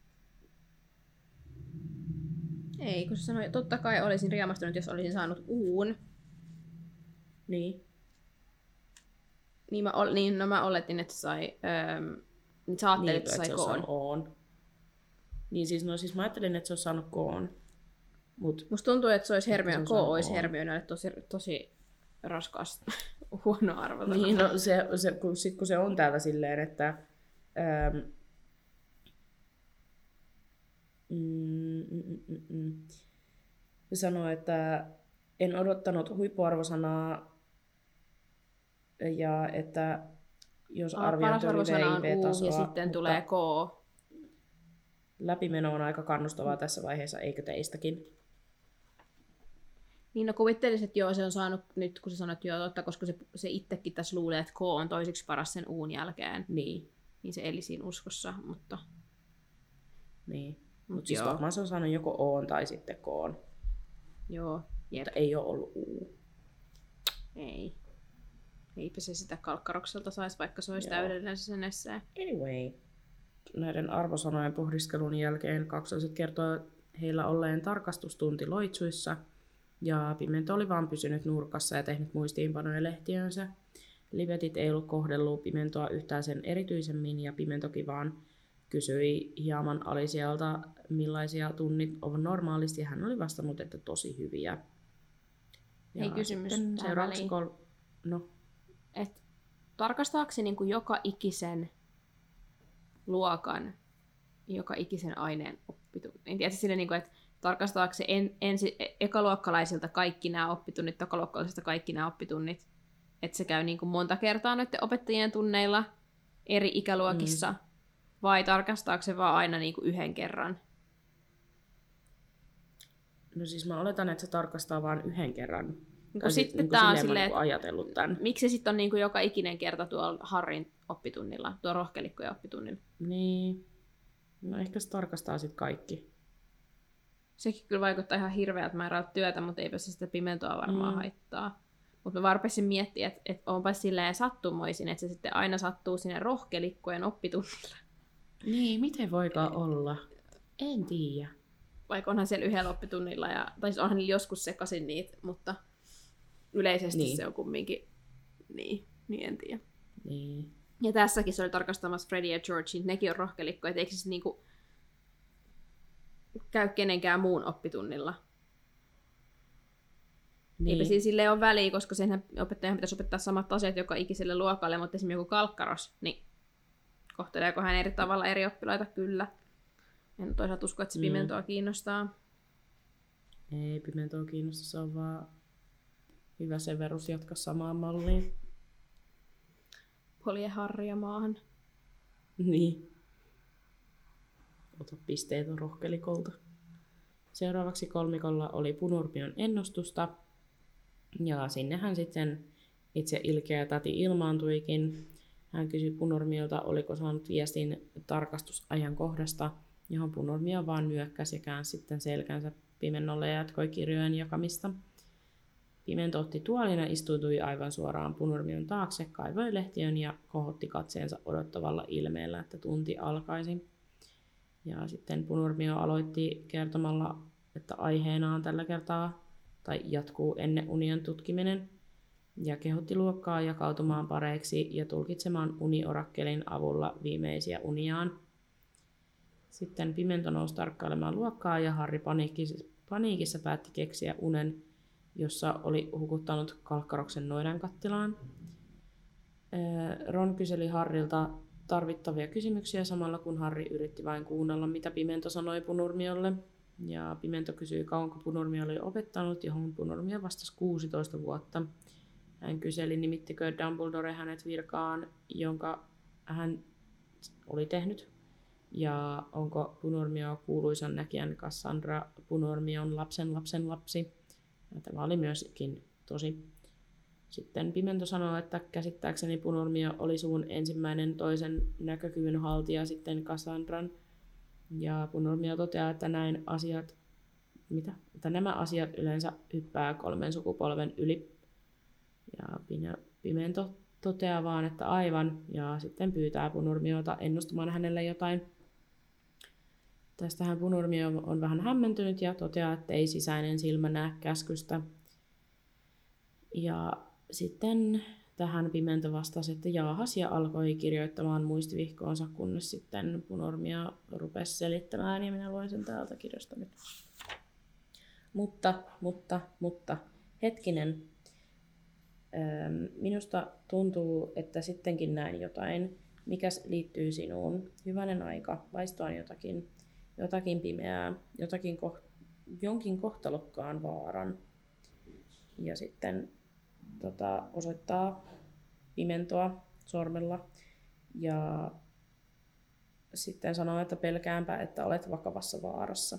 [SPEAKER 2] Ei, kun se sanoi, totta kai olisin riemastunut, jos olisin saanut Uun.
[SPEAKER 3] Niin.
[SPEAKER 2] Niin mä, ol, niin, no mä oletin, että se sai... Öö, niin sä ajattelit,
[SPEAKER 3] niin,
[SPEAKER 2] että se sai
[SPEAKER 3] K:n.
[SPEAKER 2] K:n.
[SPEAKER 3] Niin siis, no siis mä ajattelin, että se olisi saanut K:n. Mut
[SPEAKER 2] musta tuntuu, että se olisi Hermione, K olisi
[SPEAKER 3] K:n.
[SPEAKER 2] Hermionelle tosi, tosi raskas huono arvota.
[SPEAKER 3] Niin, no se, se, kun, sit kun se on täällä silleen, että... Ähm, mm, mm, mm, mm, se sanoo, että en odottanut huippuarvosanaa, ja että jos arviointi oli V I P-tasoa,
[SPEAKER 2] ja sitten tulee K.
[SPEAKER 3] Läpimeno on aika kannustavaa tässä vaiheessa, eikö teistäkin?
[SPEAKER 2] Niin no kuvittelisin, että joo, se on saanut nyt, kun sä sanoit joo totta, koska se, se itsekin tässä luulee, että K on toiseksi paras sen Uun jälkeen.
[SPEAKER 3] Niin.
[SPEAKER 2] Niin se eli siinä uskossa, mutta...
[SPEAKER 3] Niin. Mutta siis
[SPEAKER 2] joo.
[SPEAKER 3] varmaan se on saanut joko Oon tai sitten Koon.
[SPEAKER 2] Joo, jep.
[SPEAKER 3] Mutta ei ole ollut U.
[SPEAKER 2] Ei. Eipä se sitä kalkkarokselta saisi, vaikka se olisi
[SPEAKER 3] Joo.
[SPEAKER 2] täydellinen sen esseen.
[SPEAKER 3] Anyway. Näiden arvosanojen pohdiskelun jälkeen kaksoset kertoo heillä olleen tarkastustunti Loitsuissa, ja Pimento oli vaan pysynyt nurkassa ja tehnyt muistiinpanoja lehtiönsä. Livetit ei ollut kohdellut Pimentoa yhtään sen erityisemmin, ja Pimentokin vaan kysyi hieman Alicialta, millaisia tunnit on normaalisti, ja hän oli vastannut, että tosi hyviä. Ja
[SPEAKER 2] Hei, kysymys
[SPEAKER 3] sitten
[SPEAKER 2] tähän
[SPEAKER 3] seuraavaksi
[SPEAKER 2] väliin.
[SPEAKER 3] kol... No,
[SPEAKER 2] Et tarkastaako se niinku joka ikisen luokan, joka ikisen aineen oppitunnin? En tiedä sille, niinku, että tarkastaako se en, ensi, e- ekaluokkalaisilta kaikki nämä oppitunnit, tokaluokkalaisilta kaikki nämä oppitunnit, että se käy niinku monta kertaa noiden opettajien tunneilla eri ikäluokissa, mm. vai tarkastaako se vaan aina niinku yhden kerran?
[SPEAKER 3] no siis mä oletan, että se tarkastaa vain yhden kerran.
[SPEAKER 2] Niin
[SPEAKER 3] Tai
[SPEAKER 2] sitten
[SPEAKER 3] niin
[SPEAKER 2] tää on
[SPEAKER 3] silleen,
[SPEAKER 2] silleen,
[SPEAKER 3] mä oon ajatellut tämän.
[SPEAKER 2] miksi se sitten on niinku joka ikinen kerta tuolla Harrin oppitunnilla, tuolla rohkelikkojen oppitunnilla?
[SPEAKER 3] Niin. No ehkä se tarkastaa sitten kaikki.
[SPEAKER 2] Sekin kyllä vaikuttaa ihan hirveältä määrältä työtä, mutta eipä se sitä pimentoa varmaan
[SPEAKER 3] Mm.
[SPEAKER 2] haittaa. Mutta mä varpesin miettiä, että et onpa silleen sattumoisin, että se sitten aina sattuu sinne rohkelikkojen oppitunnilla.
[SPEAKER 3] Niin, miten voikaan olla? En tiedä.
[SPEAKER 2] Vaikka onhan siellä yhdellä oppitunnilla, ja, tai siis onhan niillä joskus sekaisin niitä, mutta yleisesti
[SPEAKER 3] Niin.
[SPEAKER 2] se on kumminkin, niin, niin en tiedä.
[SPEAKER 3] Niin.
[SPEAKER 2] Ja tässäkin se oli tarkastamassa Freddie ja Georgin, nekin on rohkelikkoja, että eikö se niinku käy kenenkään muun oppitunnilla.
[SPEAKER 3] Niin.
[SPEAKER 2] Eipä siinä silleen ole väliä, koska senhän opettajan pitäisi opettaa samat asiat joka ikiselle luokalle, mutta esimerkiksi joku kalkkaros, niin kohteleeko hän eri tavalla eri oppilaita? Kyllä. En toisaalta usko, että se pimentoa
[SPEAKER 3] Mm.
[SPEAKER 2] kiinnostaa.
[SPEAKER 3] Ei Pimentoa kiinnosta, se on vaan hyvä Severus jatkaa samaan malliin.
[SPEAKER 2] Polje Harria maahan.
[SPEAKER 3] Niin. Ota pisteitä rohkelikolta. Seuraavaksi kolmikolla oli Punurmion ennustusta. Ja sinnehän sitten itse ilkeä täti ilmaantuikin. Hän kysyi Punurmiolta, oliko saanut viestin tarkastusajankohdasta, johon Punurmio vaan nyökkäsi ja käänsi sitten selkänsä Pimennolle ja jatkoi kirjojen jakamista. Pimento otti tuolin ja istuutui aivan suoraan Punurmion taakse, kaivoi lehtiön ja kohotti katseensa odottavalla ilmeellä, että tunti alkaisi. Ja sitten Punurmio aloitti kertomalla, että aiheena on tällä kertaa, tai jatkuu ennen unien tutkiminen, ja kehotti luokkaa jakautumaan pareiksi ja tulkitsemaan uniorakkelin avulla viimeisiä uniaan. Sitten Pimento nousi tarkkailemaan luokkaa ja Harri paniikissa, paniikissa päätti keksiä unen, jossa oli hukuttanut kalkkaroksen noidan kattilaan. Ron kyseli Harrilta tarvittavia kysymyksiä samalla kun Harri yritti vain kuunnella, mitä Pimento sanoi Punurmiolle. Ja Pimento kysyi, kauanko Punurmio oli opettanut, johon Punurmio vastasi kuusitoista vuotta. Hän kyseli, nimittikö Dumbledore hänet virkaan, jonka hän oli tehnyt. Ja onko Punurmio kuuluisan näkijän Cassandra Punurmion lapsen lapsen lapsi. Ja tämä oli myöskin tosi. Sitten Pimento sanoi, että käsittääkseni Punurmio oli suun ensimmäinen toisen näkökyvyn haltija sitten Cassandran. Ja Punurmio toteaa, että näin asiat, mitä? Että nämä asiat yleensä hyppää kolmen sukupolven yli. Ja Pimento toteaa vaan, että aivan, ja sitten pyytää Punurmiota ennustamaan hänelle jotain. Tästähän Punurmio on vähän hämmentynyt ja toteaa, että ei sisäinen silmä näe käskystä. Ja sitten tähän Pimento vastasi, että jaahas, ja alkoi kirjoittamaan muistivihkoonsa, kunnes sitten Punurmio rupesi selittämään, ja minä luen sen täältä kirjasta nyt. Mutta, mutta, mutta, hetkinen. Minusta tuntuu, että sittenkin näin jotain. Mikäs liittyy sinuun? Hyvänen aika, vaistoan jotakin, jotakin pimeää, jotakin ko- jonkin kohtalokkaan vaaran. Ja sitten tota, osoittaa Pimentoa sormella ja sitten sanoo, että pelkäänpä, että olet vakavassa vaarassa.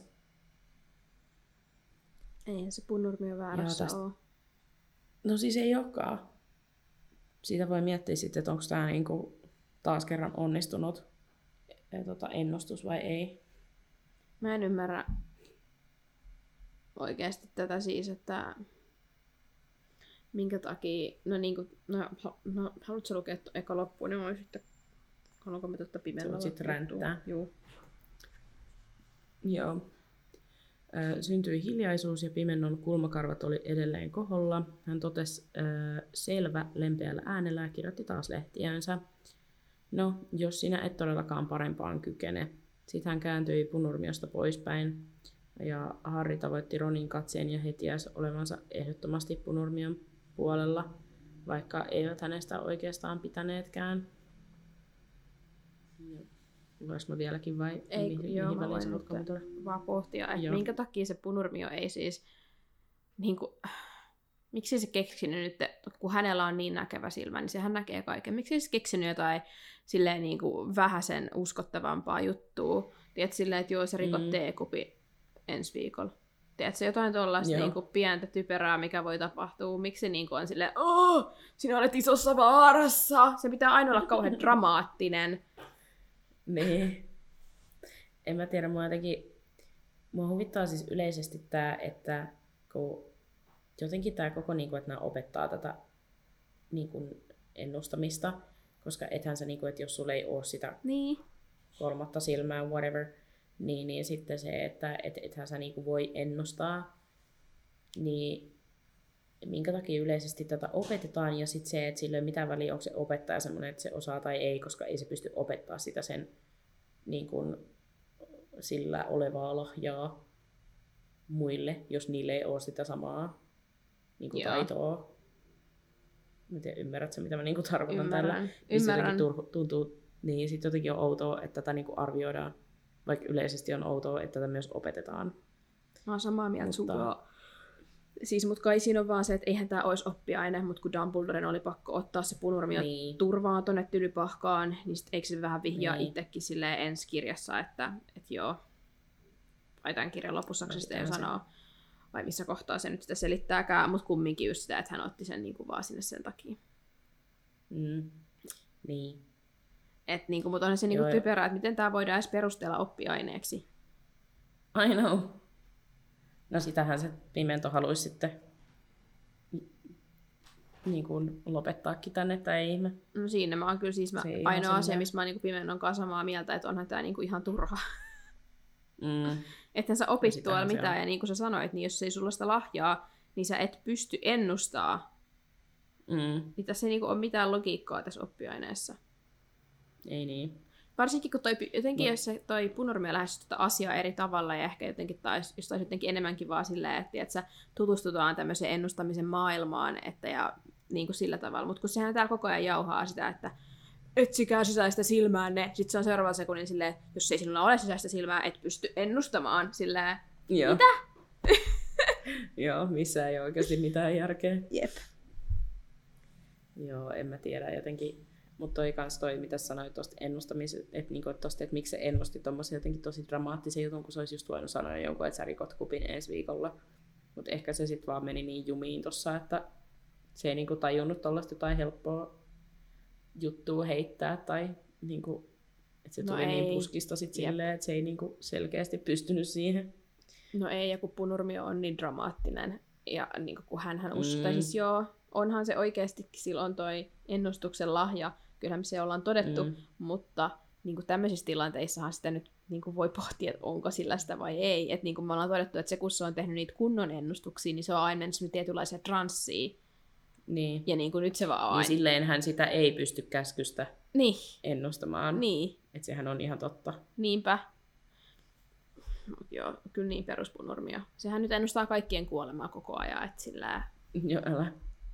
[SPEAKER 2] Ei se Punurmio väärässä
[SPEAKER 3] tästä...
[SPEAKER 2] ole.
[SPEAKER 3] No siis ei olekaan. Siitä voi miettiä sitten, että onko tämä niinku taas kerran onnistunut ja, tota, ennustus vai ei.
[SPEAKER 2] Mä en ymmärrä oikeasti tätä siis, että minkä takia, no niinku, no, no haluatko lukea eka loppuun, niin mä voin sitten, haluanko me tuota pimeällä
[SPEAKER 3] loppuun? Sitten ränttää.
[SPEAKER 2] Juu.
[SPEAKER 3] Joo. Ö, syntyi hiljaisuus ja pimennon kulmakarvat oli edelleen koholla. Hän totesi ö, selvä, lempeällä äänellä ja kirjoitti taas lehtiänsä. No, jos sinä et todellakaan parempaan kykene. Sitten hän kääntyi punurmiosta poispäin. Ja Harry tavoitti Ronin katseen ja hetiäisi olevansa ehdottomasti punurmion puolella, vaikka eivät hänestä oikeastaan pitäneetkään. Voinko mä vieläkin vai
[SPEAKER 2] ei,
[SPEAKER 3] mihin,
[SPEAKER 2] joo,
[SPEAKER 3] mihin
[SPEAKER 2] mä
[SPEAKER 3] väliin sä
[SPEAKER 2] voin
[SPEAKER 3] haluat kommentoida?
[SPEAKER 2] vaan pohtia, että
[SPEAKER 3] Joo.
[SPEAKER 2] minkä takia se punurmio ei siis, niin kuin, miksi se keksinyt nyt, kun hänellä on niin näkevä silmä, niin sehän näkee kaiken. Miksi se keksinyt jotain silleen niin kuin vähäsen uskottavampaa juttua? Tiedätkö silleen, että joo, se rikot
[SPEAKER 3] Mm.
[SPEAKER 2] teekupi ensi viikolla. Tiedätkö, jotain tuollaista
[SPEAKER 3] Joo.
[SPEAKER 2] niin kuin pientä typerää, mikä voi tapahtua. Miksi se niin kuin on silleen, oh, sinä olet isossa vaarassa. Se pitää aina olla kauhean dramaattinen.
[SPEAKER 3] Niin. En mä tiedä, mua jotenkin... Mua huvittaa siis yleisesti tää, että kun jotenkin tää koko, niin kuin, että nämä opettaa tätä niin kuin ennustamista, koska ethän sä, niin kuin, että jos sulla ei ole sitä
[SPEAKER 2] Niin.
[SPEAKER 3] kolmatta silmää, whatever, niin, niin sitten se, että et, ethän sä niin kuin voi ennustaa, niin minkä takia yleisesti tätä opetetaan, ja sitten se, että sillä ei ole mitään väliä, onko se opettaja semmoinen, että se osaa tai ei, koska ei se pysty opettaa sitä sen niin kuin, sillä olevaa lahjaa muille, jos niille ei ole sitä samaa niin kuin taitoa. Mä tiedän, ymmärrätkö, mitä mä niin kuin tarkoitan
[SPEAKER 2] Ymmärrän.
[SPEAKER 3] tällä?
[SPEAKER 2] Ymmärrän.
[SPEAKER 3] Niin tuntuu, niin sitten jotenkin on outoa, että tätä niin kuin arvioidaan, vaikka yleisesti on outoa, että tätä myös opetetaan.
[SPEAKER 2] Mä oon samaa mieltä
[SPEAKER 3] Mutta-
[SPEAKER 2] mutta... Siis, mut kai siinä on vaan se, että eihän tää olisi oppiaine, mutta kun Dumbledoren oli pakko ottaa se punurmio
[SPEAKER 3] Niin.
[SPEAKER 2] turvaan tonne tylypahkaan, niin sit eikö se vähän vihjaa
[SPEAKER 3] Niin.
[SPEAKER 2] itsekin silleen ensi kirjassa, että et joo, vai tämän kirjan lopussa
[SPEAKER 3] No,
[SPEAKER 2] se sitten jo
[SPEAKER 3] sitähän se-
[SPEAKER 2] sanoo, vai missä kohtaa se nyt sitä selittääkään, mutta kumminkin just sitä, että hän otti sen niinku vaan sinne sen takia.
[SPEAKER 3] Mm. Niin.
[SPEAKER 2] Et niinku, mutta onhan se niinku
[SPEAKER 3] Joo, joo.
[SPEAKER 2] typerää, että miten tää voidaan edes perustella oppiaineeksi.
[SPEAKER 3] I know. No sitähän se pimento haluaisi sitten niin kuin lopettaakin tänne, että ei ihme.
[SPEAKER 2] No siinä mä oon kyllä siis mä,
[SPEAKER 3] Se ei ihan
[SPEAKER 2] ainoa asia,
[SPEAKER 3] silleen-
[SPEAKER 2] missä mä oon niinku pimeän kanssa samaa mieltä, että onhan tää niinku ihan turhaa.
[SPEAKER 3] Mm.
[SPEAKER 2] Että sä opit
[SPEAKER 3] No
[SPEAKER 2] tuolla
[SPEAKER 3] sitähän se
[SPEAKER 2] mitään,
[SPEAKER 3] on.
[SPEAKER 2] ja niin kuin sä sanoit, niin jos ei sulla sitä lahjaa, niin sä et pysty ennustaa.
[SPEAKER 3] Mm.
[SPEAKER 2] Niin tässä ei niin kuin ole mitään logiikkaa tässä oppiaineessa.
[SPEAKER 3] Ei niin.
[SPEAKER 2] Varsinkin kun toi, jotenkin
[SPEAKER 3] No.
[SPEAKER 2] jos se toi punurmia lähestyy tätä asiaa eri tavalla, ja ehkä jotenkin taisi, jos taisi jotenkin enemmänkin vaan silleen, että, että sä tutustutaan tämmöiseen ennustamisen maailmaan, että ja niin kuin sillä tavalla. Mutta kun sehän täällä koko ajan jauhaa sitä, että etsikää sisäistä silmäänne, sit se on seuraavalla sekunnin silleen, jos ei sinulla ole sisäistä silmää, et pysty ennustamaan silleen.
[SPEAKER 3] Joo.
[SPEAKER 2] Mitä?
[SPEAKER 3] Joo, missä ei oikeasti mitään järkeä.
[SPEAKER 2] Jep.
[SPEAKER 3] Joo, en mä tiedä jotenkin. Mutta toi kans toi, mitä sanoit tuosta ennustamisesta, että niinku, tosta, et miksi se ennusti tommosen jotenkin tosi dramaattisen jutun, kun se olisi just voinut sanoa jonkun, että sä rikot kupin ensi viikolla. Mutta ehkä se sitten vaan meni niin jumiin tossa, että se ei niinku tajunnut tollaista jotain helppoa juttua heittää, tai niinku, että se
[SPEAKER 2] No
[SPEAKER 3] tuli
[SPEAKER 2] ei.
[SPEAKER 3] niin puskista sit silleen, että se ei niinku selkeästi pystynyt siihen.
[SPEAKER 2] No ei, ja kun punurmio on niin dramaattinen, ja niin kun hänhän
[SPEAKER 3] Mm.
[SPEAKER 2] uskoo, siis joo, onhan se oikeasti silloin toi ennustuksen lahja, kyllähän me se ollaan todettu,
[SPEAKER 3] Mm.
[SPEAKER 2] mm. mutta niin kuin tämmöisissä tilanteissahan sitä nyt niin kuin voi pohtia, että onko sillä sitä vai ei. Että niin kuin me ollaan todettu, että se kun se on tehnyt niitä kunnon ennustuksia, niin se on aina semmoinen tietynlaisia transsia,
[SPEAKER 3] Niin.
[SPEAKER 2] ja niin kuin nyt se vaan on
[SPEAKER 3] Niin
[SPEAKER 2] aina.
[SPEAKER 3] silleen hän sitä ei pysty käskystä
[SPEAKER 2] Niin,
[SPEAKER 3] ennustamaan.
[SPEAKER 2] niin,
[SPEAKER 3] Että sehän on ihan totta.
[SPEAKER 2] niinpä. Mut joo, kyllä niin peruspunurmio. Sehän nyt ennustaa kaikkien kuolemaa koko ajan, että sillä
[SPEAKER 3] Joo, älä.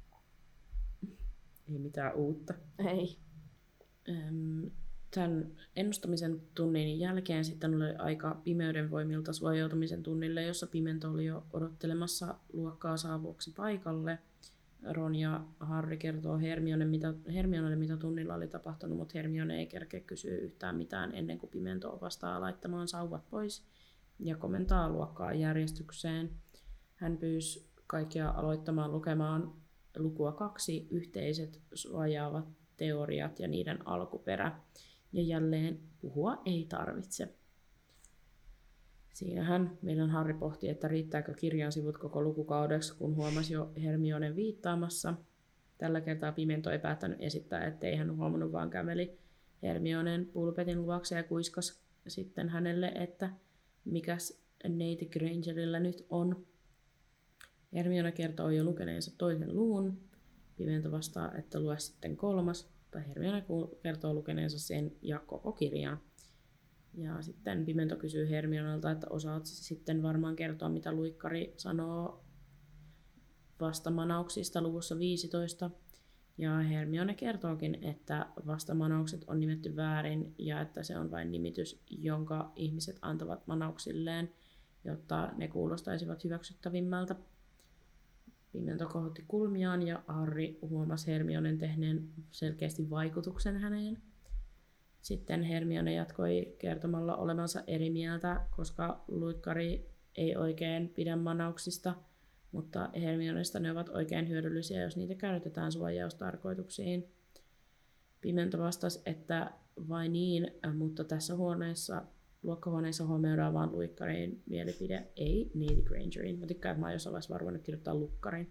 [SPEAKER 3] Ei mitään uutta.
[SPEAKER 2] ei.
[SPEAKER 3] Öm, Tämän ennustamisen tunnin jälkeen sitten oli aika pimeyden voimilta suojautumisen tunnille, jossa Pimento oli jo odottelemassa luokkaa saavuaksi paikalle. Ron ja Harry kertoo Hermione, mitä, Hermionelle, mitä tunnilla oli tapahtunut, mutta Hermione ei kerkeä kysyä yhtään mitään ennen kuin Pimento opastaa laittamaan sauvat pois ja komentaa luokkaa järjestykseen. Hän pyysi kaikkia aloittamaan lukemaan lukua kaksi, yhteiset suojaavat teoriat ja niiden alkuperä. Ja jälleen puhua ei tarvitse. Siinähän meidän Harry pohti, että riittääkö kirjan sivut koko lukukaudeksi, kun huomasi jo Hermionen viittaamassa. Tällä kertaa Pimento ei päättänyt esittää, ettei hän huomannut, vaan käveli Hermionen pulpetin luokse ja kuiskas sitten hänelle, että mikäs neiti Grangerilla nyt on. Hermione kertoo jo lukeneensa toisen luvun. Pimento vastaa, että lue sitten kolmas. Tai Hermione kertoo lukeneensa sen ja koko kirjan. Ja sitten Pimento kysyy Hermionelta, että osaat sitten varmaan kertoa, mitä luikkari sanoo vastamanauksista luvussa viisitoista. Ja Hermione kertookin, että vastamanaukset on nimetty väärin ja että se on vain nimitys, jonka ihmiset antavat manauksilleen, jotta ne kuulostaisivat hyväksyttävimmältä. Pimento kohotti kulmiaan ja Harry huomasi Hermionen tehneen selkeästi vaikutuksen häneen. Sitten Hermione jatkoi kertomalla olevansa eri mieltä, koska luikkari ei oikein pidä manauksista, mutta Hermionesta ne ovat oikein hyödyllisiä, jos niitä käytetään suojaustarkoituksiin. Pimento vastasi, että vai niin, mutta tässä huoneessa, luokkahuoneessa huomioidaan vain luikkarin mielipide, ei neiti Grangerin. Mä tykkään, että mä oon jossain vaiheessa varmaan kirjoittaa lukkarin.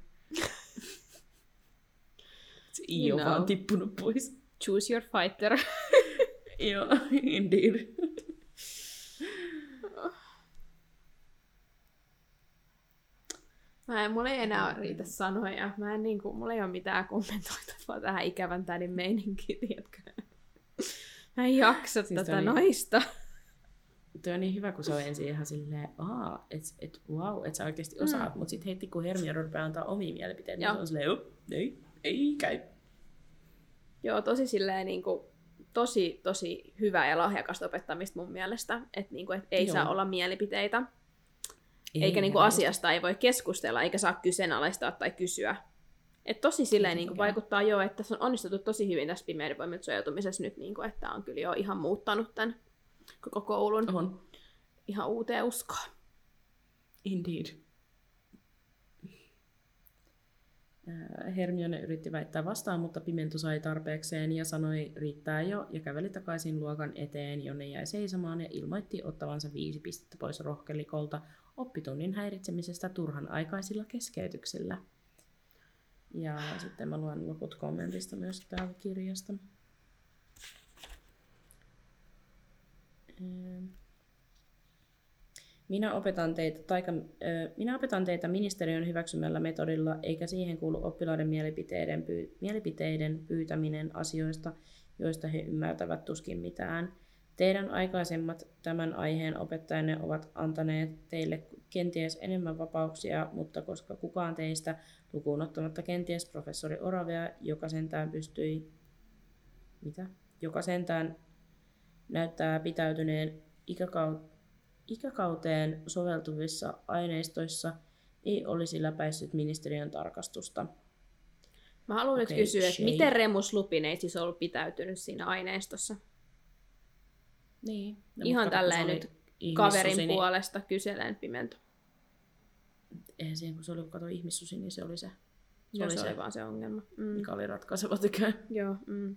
[SPEAKER 3] Se I on vaan tippunut pois.
[SPEAKER 2] Choose your fighter.
[SPEAKER 3] Joo, indeed.
[SPEAKER 2] Mä en, mulla ei enää riitä sanoja. Mä en niinku, mulla ei ole mitään kommentoitavaa tähän ikävän tädin meininkiin, tiedätkö? Mä en jaksa siis tätä niin, naista.
[SPEAKER 3] Tuo on niin hyvä, kun se on ensin ihan silleen, aah, et, et, wow, et sä oikeesti osaat, mm. mut sit heti kun Hermione rupeaa antaa omia mielipiteitä, niin se on silleen, ei, ei käy.
[SPEAKER 2] Joo, tosi silleen niinku, tosi, tosi hyvä ja lahjakasta opettamista mun mielestä, että niinku, et ei Joo. saa olla mielipiteitä. Ei, eikä niinku asiasta ei voi keskustella, eikä saa kyseenalaistaa tai kysyä. Et tosi silleen niinku vaikuttaa jo, että se on onnistuttu tosi hyvin tässä pimeyden voimien suojautumisessa nyt, niinku, että on kyllä jo ihan muuttanut tämän koko koulun
[SPEAKER 3] on.
[SPEAKER 2] Ihan uuteen uskoon.
[SPEAKER 3] Indeed. Hermione yritti väittää vastaan, mutta Pimento sai tarpeekseen ja sanoi riittää jo ja käveli takaisin luokan eteen, jonne jäi seisomaan ja ilmoitti ottavansa viisi pistettä pois rohkelikolta oppitunnin häiritsemisestä turhan aikaisilla keskeytyksillä. Ja sitten mä luen loput kommentista myös täältä kirjasta. Minä opetan, teitä, taika, minä opetan teitä ministeriön hyväksymällä metodilla, eikä siihen kuulu oppilaiden mielipiteiden, pyy, mielipiteiden pyytäminen asioista, joista he ymmärtävät tuskin mitään. Teidän aikaisemmat tämän aiheen opettajanne ovat antaneet teille kenties enemmän vapauksia, mutta koska kukaan teistä, lukuun ottamatta kenties professori Oravea, joka sentään pystyi, mitä? Joka sentään näyttää pitäytyneen ikäkautta, ikäkauteen soveltuvissa aineistoissa, ei olisi läpäissyt ministeriön tarkastusta.
[SPEAKER 2] Mä haluan okay, nyt kysyä, että miten Remus Lupin ei siis ollut pitäytynyt siinä aineistossa?
[SPEAKER 3] Niin. No,
[SPEAKER 2] ihan tälleen nyt kaverin niin puolesta kyselen Pimento.
[SPEAKER 3] Eihän siihen, kun se oli kato ihmissusi, niin se oli se. Se,
[SPEAKER 2] Joo,
[SPEAKER 3] oli,
[SPEAKER 2] se
[SPEAKER 3] se
[SPEAKER 2] oli vaan se ongelma. Mm.
[SPEAKER 3] Mikä oli ratkaiseva tekijä.
[SPEAKER 2] Joo. Mm.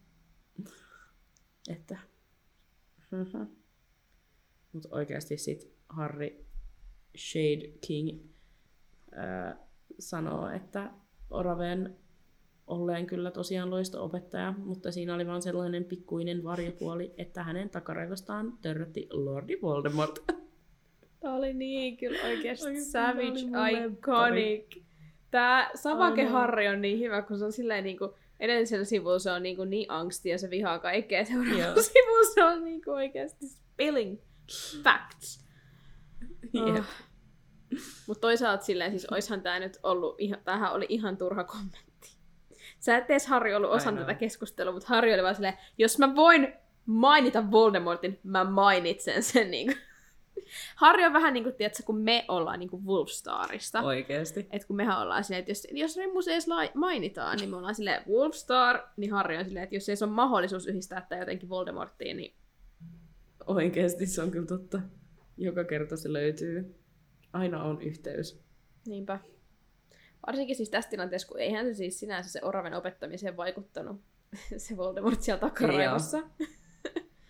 [SPEAKER 3] Että. Mm-hmm. Mutta oikeasti sit Harry Shade King ää, sanoo, että Oraven olleen kyllä tosiaan loisto-opettaja, mutta siinä oli vaan sellainen pikkuinen varjopuoli, että hänen takaraivostaan törrötti Lordi Voldemort. Tämä
[SPEAKER 2] oli niin kyllä oikeasti Oikein savage, iconic. Tämä Savage Harry on niin hyvä, kun se on silleen niinku, edellisellä sivulla se on niinku niin angsti ja se vihaa kaikkea. Seuraavalla sivulla se on niinku oikeasti spilling facts.
[SPEAKER 3] Yep.
[SPEAKER 2] Oh. Mutta toisaalta silleen, siis oishan tää nyt ollut, tämähän oli ihan turha kommentti. Sä et edes Harry ollut osan tätä keskustelua, mutta Harry oli vaan silleen, jos mä voin mainita Voldemortin, mä mainitsen sen. Niin kuin. Harry on vähän niin kuin, tiedätkö, kun me ollaan niin kuin Wolfstarista.
[SPEAKER 3] Oikeesti.
[SPEAKER 2] Että kun mehän ollaan silleen, että jos, jos Remus edes la- mainitaan, niin me ollaan silleen Wolfstar, niin Harry on silleen, että jos ei se ole mahdollisuus yhdistää tätä jotenkin Voldemorttiin, niin...
[SPEAKER 3] Oikeesti, se on kyllä totta. Joka kerta se löytyy. Aina on yhteys.
[SPEAKER 2] Niinpä. Varsinkin siis tässä tilanteessa, kun eihän se siis sinänsä se Oraven opettamiseen vaikuttanut se Voldemort siellä takaraivossa.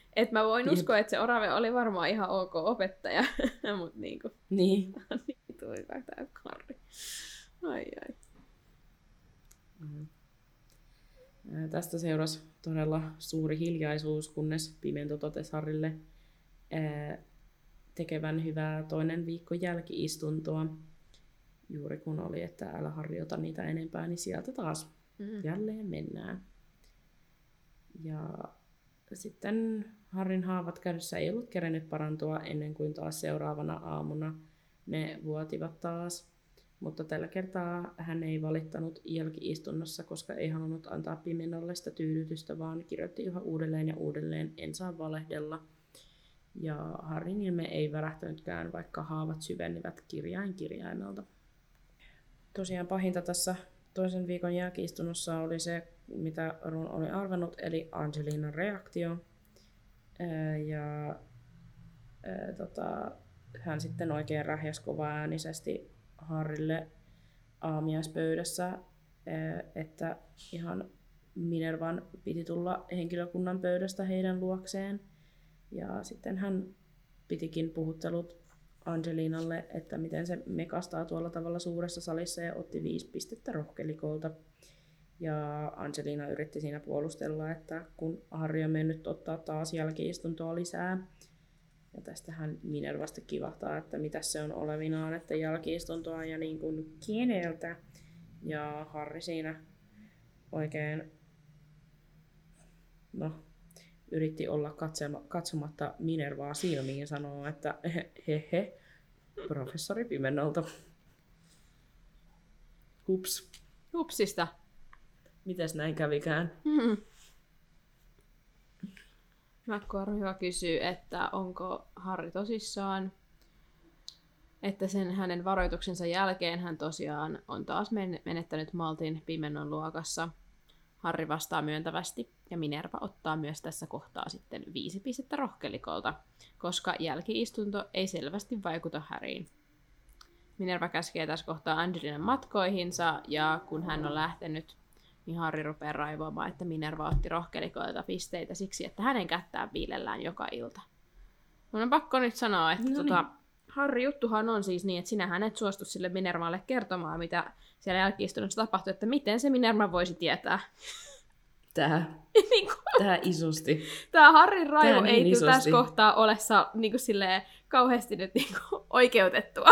[SPEAKER 2] Et mä voin
[SPEAKER 3] Jep.
[SPEAKER 2] uskoa, että se orave oli varmaan ihan ok opettaja, mutta niinku,
[SPEAKER 3] Niin.
[SPEAKER 2] niin tuli tää Harri. Ai ai.
[SPEAKER 3] Mm. Ää, Tästä seurasi todella suuri hiljaisuus, kunnes Pimento totesi Harrille ää, tekevän hyvää toinen viikko jälki-istuntoa. Juuri kun oli, että älä harjoita niitä enempää, niin sieltä taas
[SPEAKER 2] Mm.
[SPEAKER 3] jälleen mennään. Ja sitten Harrin haavat kädessä ei ollut kerennyt parantua ennen kuin taas seuraavana aamuna ne vuotivat taas. Mutta tällä kertaa hän ei valittanut jälki-istunnossa, koska ei halunnut antaa Pimennolle sitä tyydytystä, vaan kirjoitti yhä uudelleen ja uudelleen, en saa valehdella. Ja Harrin ilme ei värähtänytkään, vaikka haavat syvennivät kirjain kirjaimelta. Tosiaan pahinta tässä toisen viikon jälki-istunnossa oli se, mitä Ron oli arvannut, eli Angelinan reaktio. Ää, Ja ää, tota, hän sitten oikein rähjäsi kovaäänisesti Harrille aamiaispöydässä, ää, että ihan Minervan piti tulla henkilökunnan pöydästä heidän luokseen. Ja sitten hän pitikin puhuttelut Angelinalle, että miten se mekastaa tuolla tavalla suuressa salissa ja otti viisi pistettä rohkelikolta. Ja Angelina yritti siinä puolustella, että kun Harri on mennyt ottaa taas jälki-istuntoa lisää. Ja tästähän Minervasta kivahtaa, että mitä se on olevinaan, että jälki-istuntoa ja niin kuin keneltä. Ja Harri siinä oikein no, yritti olla katsema, katsomatta Minervaa silmiin ja sanoo, että he he, professori Pimennolta. Hups.
[SPEAKER 2] Hupsista.
[SPEAKER 3] Mites näin kävikään?
[SPEAKER 2] Mm. Makkoarvio kysyy, että onko Harri tosissaan. Että sen hänen varoituksensa jälkeen hän tosiaan on taas men- menettänyt maltin Pimennon luokassa. Harri vastaa myöntävästi ja Minerva ottaa myös tässä kohtaa sitten viisi pistettä rohkelikolta, koska jälki-istunto ei selvästi vaikuta Harryin. Minerva käskee tässä kohtaa Angelinan matkoihinsa ja kun hän on lähtenyt, niin Harri rupeaa raivoamaan, että Minerva otti rohkelikoilta pisteitä siksi, että hänen kättään viilellään joka ilta. Mun on pakko nyt sanoa, että
[SPEAKER 3] no
[SPEAKER 2] tota,
[SPEAKER 3] niin.
[SPEAKER 2] Harri, juttuhan on siis niin, että sinähän et suostu sille Minervalle kertomaan, mitä siellä jälki-istunnossa tapahtui, että miten se Minerva voisi tietää.
[SPEAKER 3] Tää,
[SPEAKER 2] niin kuin,
[SPEAKER 3] tää isusti.
[SPEAKER 2] tää Harrin raivo
[SPEAKER 3] Tää
[SPEAKER 2] ei
[SPEAKER 3] niin
[SPEAKER 2] kyllä tässä
[SPEAKER 3] isosti.
[SPEAKER 2] kohtaa ole sa, niin kuin silleen, kauheasti nyt niin kuin, oikeutettua.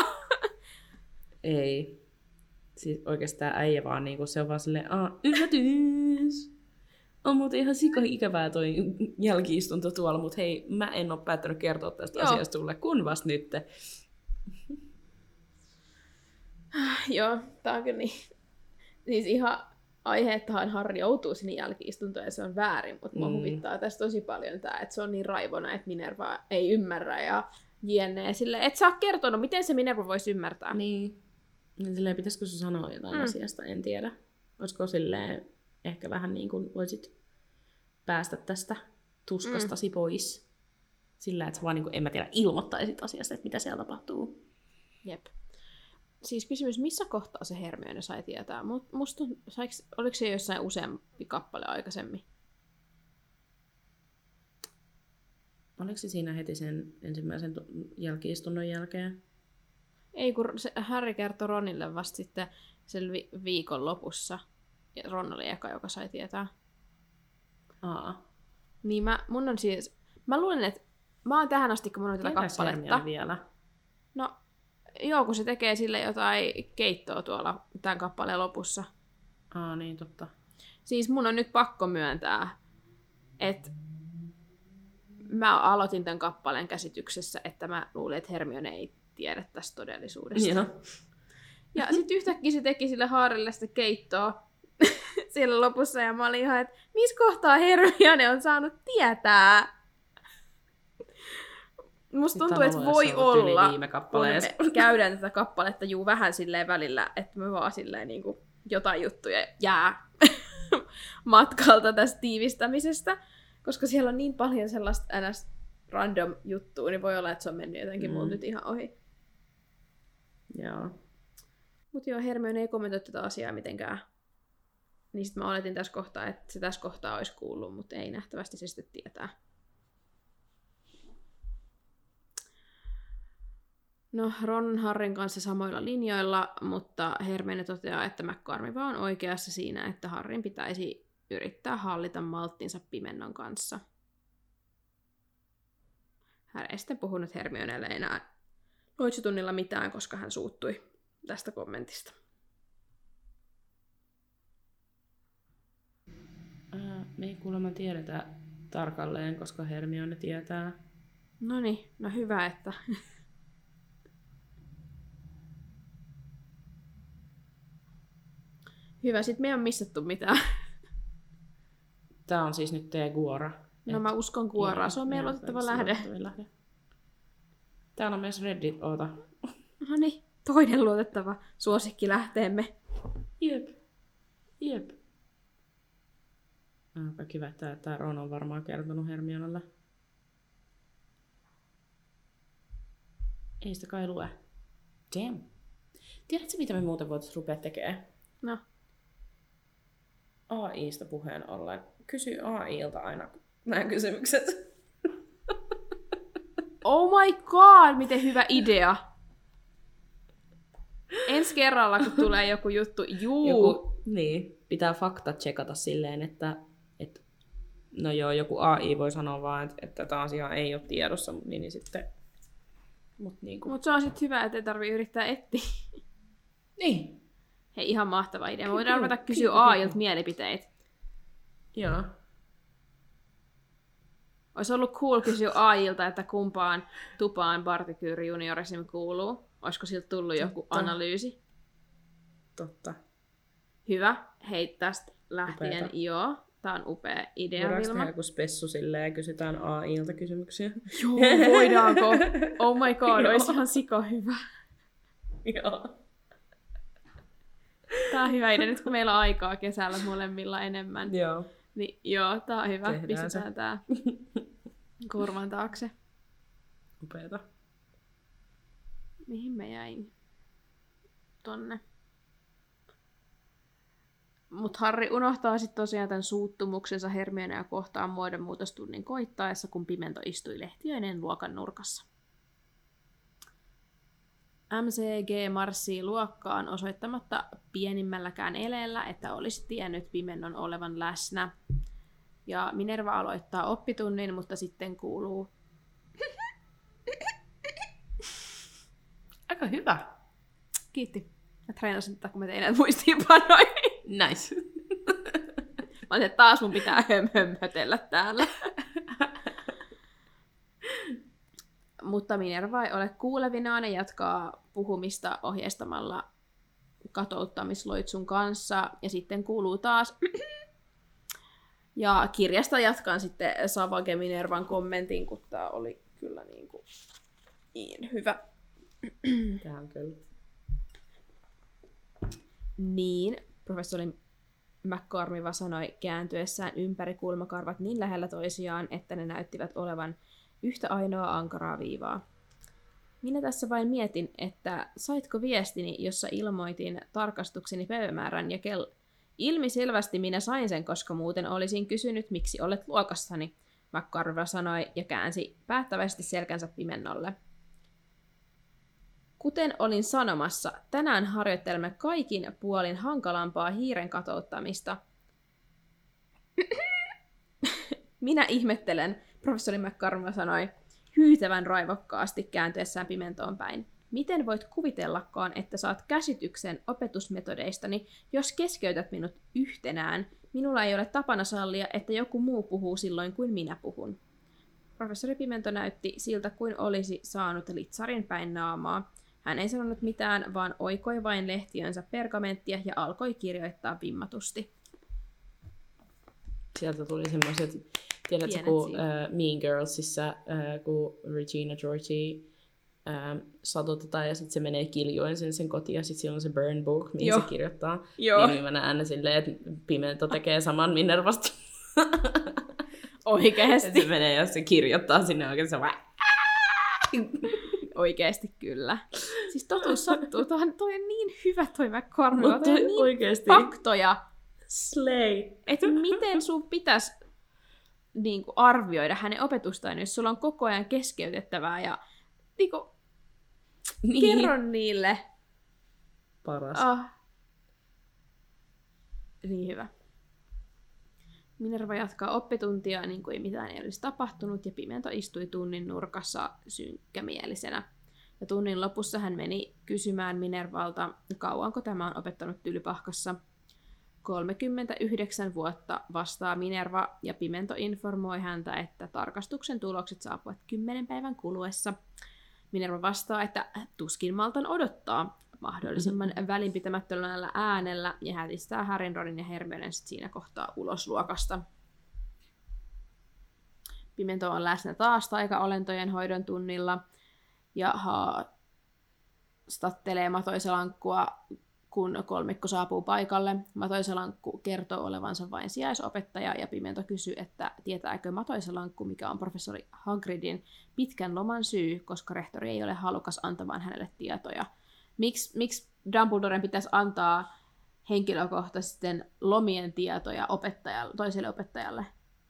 [SPEAKER 3] Ei. Siis oikeastaan äijä vaan niinku, se on vaan silleen, aah, yllätys! On muuten ihan sika ikävää toi jälki-istunto tuolla, mutta hei, mä en oo päättänyt kertoa tästä
[SPEAKER 2] Joo.
[SPEAKER 3] asiasta sulle, kun vasta nyt.
[SPEAKER 2] Joo, tää on kyllä niin. Siis ihan aiheettahan Harri joutuu sinne jälki-istuntoon ja se on väärin, mutta mua
[SPEAKER 3] Mm.
[SPEAKER 2] huvittaa tässä tosi paljon tää, että se on niin raivona, että Minerva ei ymmärrä ja jne. Silleen, et sä oo kertonut, miten se Minerva voisi ymmärtää.
[SPEAKER 3] Niin. Niin silleen, pitäisikö sun sanoa jotain
[SPEAKER 2] Mm.
[SPEAKER 3] mm. asiasta, en tiedä. Olisiko silleen, ehkä vähän niin kuin voisit päästä tästä tuskastasi mm. pois. Sillä, että sä vaan niin kuin, en mä tiedä, ilmoittaisit asiasta, että mitä siellä tapahtuu.
[SPEAKER 2] Jep. Siis kysymys, missä kohtaa se Hermione sai tietää? Mut musta, saiks, oliko se jossain useampi kappale aikaisemmin?
[SPEAKER 3] Oliko se siinä heti sen ensimmäisen tu- jälki-istunnon jälkeen?
[SPEAKER 2] Ei, kun se Harry kertoi Ronille vasta sitten sen vi- viikon lopussa. Ja Ron oli eka, joka sai tietää.
[SPEAKER 3] Aa.
[SPEAKER 2] Niin mä, mun on siis, mä luulen, että mä oon tähän asti, kun mä luin tätä
[SPEAKER 3] Tietääks
[SPEAKER 2] kappaletta.
[SPEAKER 3] Hermione vielä?
[SPEAKER 2] No, joo, kun se tekee sille jotain keittoa tuolla tämän kappaleen lopussa.
[SPEAKER 3] Aa, niin totta.
[SPEAKER 2] Siis mun on nyt pakko myöntää, että mä aloitin tämän kappaleen käsityksessä, että mä luulin, että Hermione ei tiedä tästä todellisuudesta.
[SPEAKER 3] Joo.
[SPEAKER 2] Ja sitten yhtäkkiä se teki sille Harrylle sitä keittoa siellä lopussa, ja mä olin ihan, että missä kohtaa Hermione on saanut tietää? Musta tuntuu, että voi olla,
[SPEAKER 3] viime
[SPEAKER 2] kun
[SPEAKER 3] kappaleessa.
[SPEAKER 2] me käydään tätä kappaletta juu vähän silleen välillä, että me vaan silleen niin kuin jotain juttuja jää matkalta tästä tiivistämisestä, koska siellä on niin paljon sellaista ns. Random juttua, niin voi olla, että se on mennyt jotenkin mm. mulla nyt ihan ohi.
[SPEAKER 3] Joo.
[SPEAKER 2] Mut joo, Hermione ei kommentoi tätä asiaa mitenkään. Niin sit mä oletin tässä kohtaa, että se tässä kohtaa olisi kuullut, mutta ei nähtävästi se sitten tietää. No, Ron on Harryn kanssa samoilla linjoilla, mutta Hermione toteaa, että McCormick on oikeassa siinä, että Harryn pitäisi yrittää hallita malttinsa pimennon kanssa. Hän ei sitten puhunut Hermionelle enää loitsutunnilla mitään, koska hän suuttui tästä kommentista.
[SPEAKER 3] Ää, me ei kuulemma tiedetä tarkalleen, koska Hermione tietää.
[SPEAKER 2] Noniin, no hyvä, että... Hyvä, sit me ei ole missattu mitään.
[SPEAKER 3] Tää on siis nyt teidän Guora.
[SPEAKER 2] No mä uskon Guoraa, se on meidän luotettava lähde.
[SPEAKER 3] lähde. Täällä on myös Reddit, oota.
[SPEAKER 2] No niin, toinen luotettava suosikkilähteemme.
[SPEAKER 3] Jep. Jep. Aika kiva, että tää Ron on varmaan kertonut Hermionelle. Ei sitä kai lue. Damn. Tiedätkö, mitä me muuten voitais rupea tekemään?
[SPEAKER 2] No.
[SPEAKER 3] A I:sta puheen ollen. Kysy A I:lta aina nämä kysymykset.
[SPEAKER 2] Oh my god, miten hyvä idea! Ensi kerralla, kun tulee joku juttu, juu!
[SPEAKER 3] Joku, niin, pitää fakta tsekata silleen, että, että no joo, joku A I voi sanoa vaan, että, että tämä asia ei ole tiedossa, niin, niin sitten... Mut niinku...
[SPEAKER 2] Mut se on sitten hyvä, ettei tarvii yrittää etsiä.
[SPEAKER 3] Niin.
[SPEAKER 2] Hei, ihan mahtava idea. Me voidaan
[SPEAKER 3] Kyllä,
[SPEAKER 2] ruveta kysyä
[SPEAKER 3] kyllä,
[SPEAKER 2] A Ilta
[SPEAKER 3] kyllä.
[SPEAKER 2] mielipiteitä.
[SPEAKER 3] Joo.
[SPEAKER 2] Olisi ollut cool kysyä A Ilta, että kumpaan tupaan Barty Juniorism kuuluu. Olisiko siltä tullut joku
[SPEAKER 3] Totta.
[SPEAKER 2] analyysi?
[SPEAKER 3] Totta.
[SPEAKER 2] Hyvä. Hei, tästä lähtien
[SPEAKER 3] Upeeta.
[SPEAKER 2] joo. Tää on upea idea,
[SPEAKER 3] Voidaanko
[SPEAKER 2] Vilma.
[SPEAKER 3] tehdä joku spessu silleen ja kysytään A I:lta kysymyksiä?
[SPEAKER 2] Joo, voidaanko? Oh my god,
[SPEAKER 3] Joo.
[SPEAKER 2] olisi ihan siko hyvä.
[SPEAKER 3] Joo.
[SPEAKER 2] Tää on hyvä idea, nyt kun meillä on aikaa kesällä molemmilla enemmän.
[SPEAKER 3] Joo.
[SPEAKER 2] Niin joo, tää on hyvä.
[SPEAKER 3] Tehdään
[SPEAKER 2] Pistetään
[SPEAKER 3] se.
[SPEAKER 2] tää korvan taakse.
[SPEAKER 3] Upeeta.
[SPEAKER 2] Mihin mä jäin? Tonne. Mut Harry unohtaa sitten tosiaan tämän suuttumuksensa Hermionea kohtaan muodonmuutostunnin koittaessa, kun Pimento istui lehtiöinen luokan nurkassa. M C G marssii luokkaan osoittamatta pienimmälläkään eleellä, että olisi tiennyt Pimennon olevan läsnä. Ja Minerva aloittaa oppitunnin, mutta sitten kuuluu...
[SPEAKER 3] Aika hyvä.
[SPEAKER 2] Kiitti. Mä treenasin tätä, kun mä tein näitä muistiinpanoja.
[SPEAKER 3] Nice.
[SPEAKER 2] Mä olisin, että taas mun pitää hömpötellä täällä. Mutta Minerva ei ole kuulevinaan ja jatkaa puhumista ohjeistamalla katouttamisloitsun kanssa. Ja sitten kuuluu taas... Ja kirjasta jatkan sitten Savage Minervan kommentin, kun tää oli kyllä niin, kuin niin hyvä.
[SPEAKER 3] Tää on kyllä.
[SPEAKER 2] Niin, professori McCormiva sanoi kääntyessään ympäri kulmakarvat niin lähellä toisiaan, että ne näyttivät olevan yhtä ainoa ankaraa viivaa. Minä tässä vain mietin, että saitko viestini, jossa ilmoitin tarkastukseni päivämäärän ja kello. Ilmiselvästi minä sain sen, koska muuten olisin kysynyt, miksi olet luokassani, McCormiva sanoi ja käänsi päättävästi selkänsä Pimennolle. Kuten olin sanomassa, tänään harjoittelemme kaikin puolin hankalampaa hiiren katouttamista. Minä ihmettelen, professori McCormiva sanoi, hyytävän raivokkaasti kääntyessään Pimentoon päin. Miten voit kuvitellakaan, että saat käsityksen opetusmetodeistani, jos keskeytät minut yhtenään? Minulla ei ole tapana sallia, että joku muu puhuu silloin, kuin minä puhun. Professori Pimento näytti siltä, kuin olisi saanut litsarin päin naamaa. Hän ei sanonut mitään, vaan oikoi vain lehtiönsä pergamenttia ja alkoi kirjoittaa vimmatusti.
[SPEAKER 3] Sieltä tuli semmoiset, tiedätkö,
[SPEAKER 2] Pienet
[SPEAKER 3] kun
[SPEAKER 2] siivut.
[SPEAKER 3] uh, Mean Girlsissa, uh, kun Regina Georgie uh, satutetaan ja sitten se menee kiljoen sen, sen kotiin ja sitten siellä on se burn book, mihin
[SPEAKER 2] Joo.
[SPEAKER 3] se kirjoittaa.
[SPEAKER 2] Joo.
[SPEAKER 3] Niin mä näen silleen, että Pimento tekee saman Minervasta.
[SPEAKER 2] Oikeesti.
[SPEAKER 3] Se menee ja se kirjoittaa sinne oikein se vaan...
[SPEAKER 2] Oikeesti kyllä. Siis totuus sattuu. Toi on, toi on niin hyvä toi McCormiva.
[SPEAKER 3] Mutta
[SPEAKER 2] Toi on niin
[SPEAKER 3] oikeesti.
[SPEAKER 2] faktoja.
[SPEAKER 3] Slay.
[SPEAKER 2] Että miten sun pitäisi niin kuin, arvioida hänen opetustaan, jos sulla on koko ajan keskeytettävää ja niin kuin,
[SPEAKER 3] Niin.
[SPEAKER 2] Kerro niille.
[SPEAKER 3] Paras.
[SPEAKER 2] Oh. Niin hyvä. Minerva jatkaa oppituntia niin kuin mitään ei olisi tapahtunut, ja Pimento istui tunnin nurkassa synkkämielisenä. Ja tunnin lopussa hän meni kysymään Minervalta, kauanko tämä on opettanut Tylypahkassa. kolmekymmentäyhdeksän vuotta vastaa Minerva, ja Pimento informoi häntä, että tarkastuksen tulokset saapuvat kymmenen päivän kuluessa. Minerva vastaa, että tuskin maltan odottaa mahdollisimman välinpitämättömällä äänellä, ja hätistää Harryn, Ronin ja Hermionen siinä kohtaa ulos luokasta. Pimento on läsnä taas taikaolentojen hoidon tunnilla, ja haastattelee Matoisalankkua, kun kolmikko saapuu paikalle. Matoisalankku kertoo olevansa vain sijaisopettaja, ja Pimento kysyy, että tietääkö Matoisalankku, mikä on professori Hagridin pitkän loman syy, koska rehtori ei ole halukas antamaan hänelle tietoja. Miksi miks Dumbledoren pitäisi antaa henkilökohtaisten lomien tietoja opettajalle, toiselle opettajalle?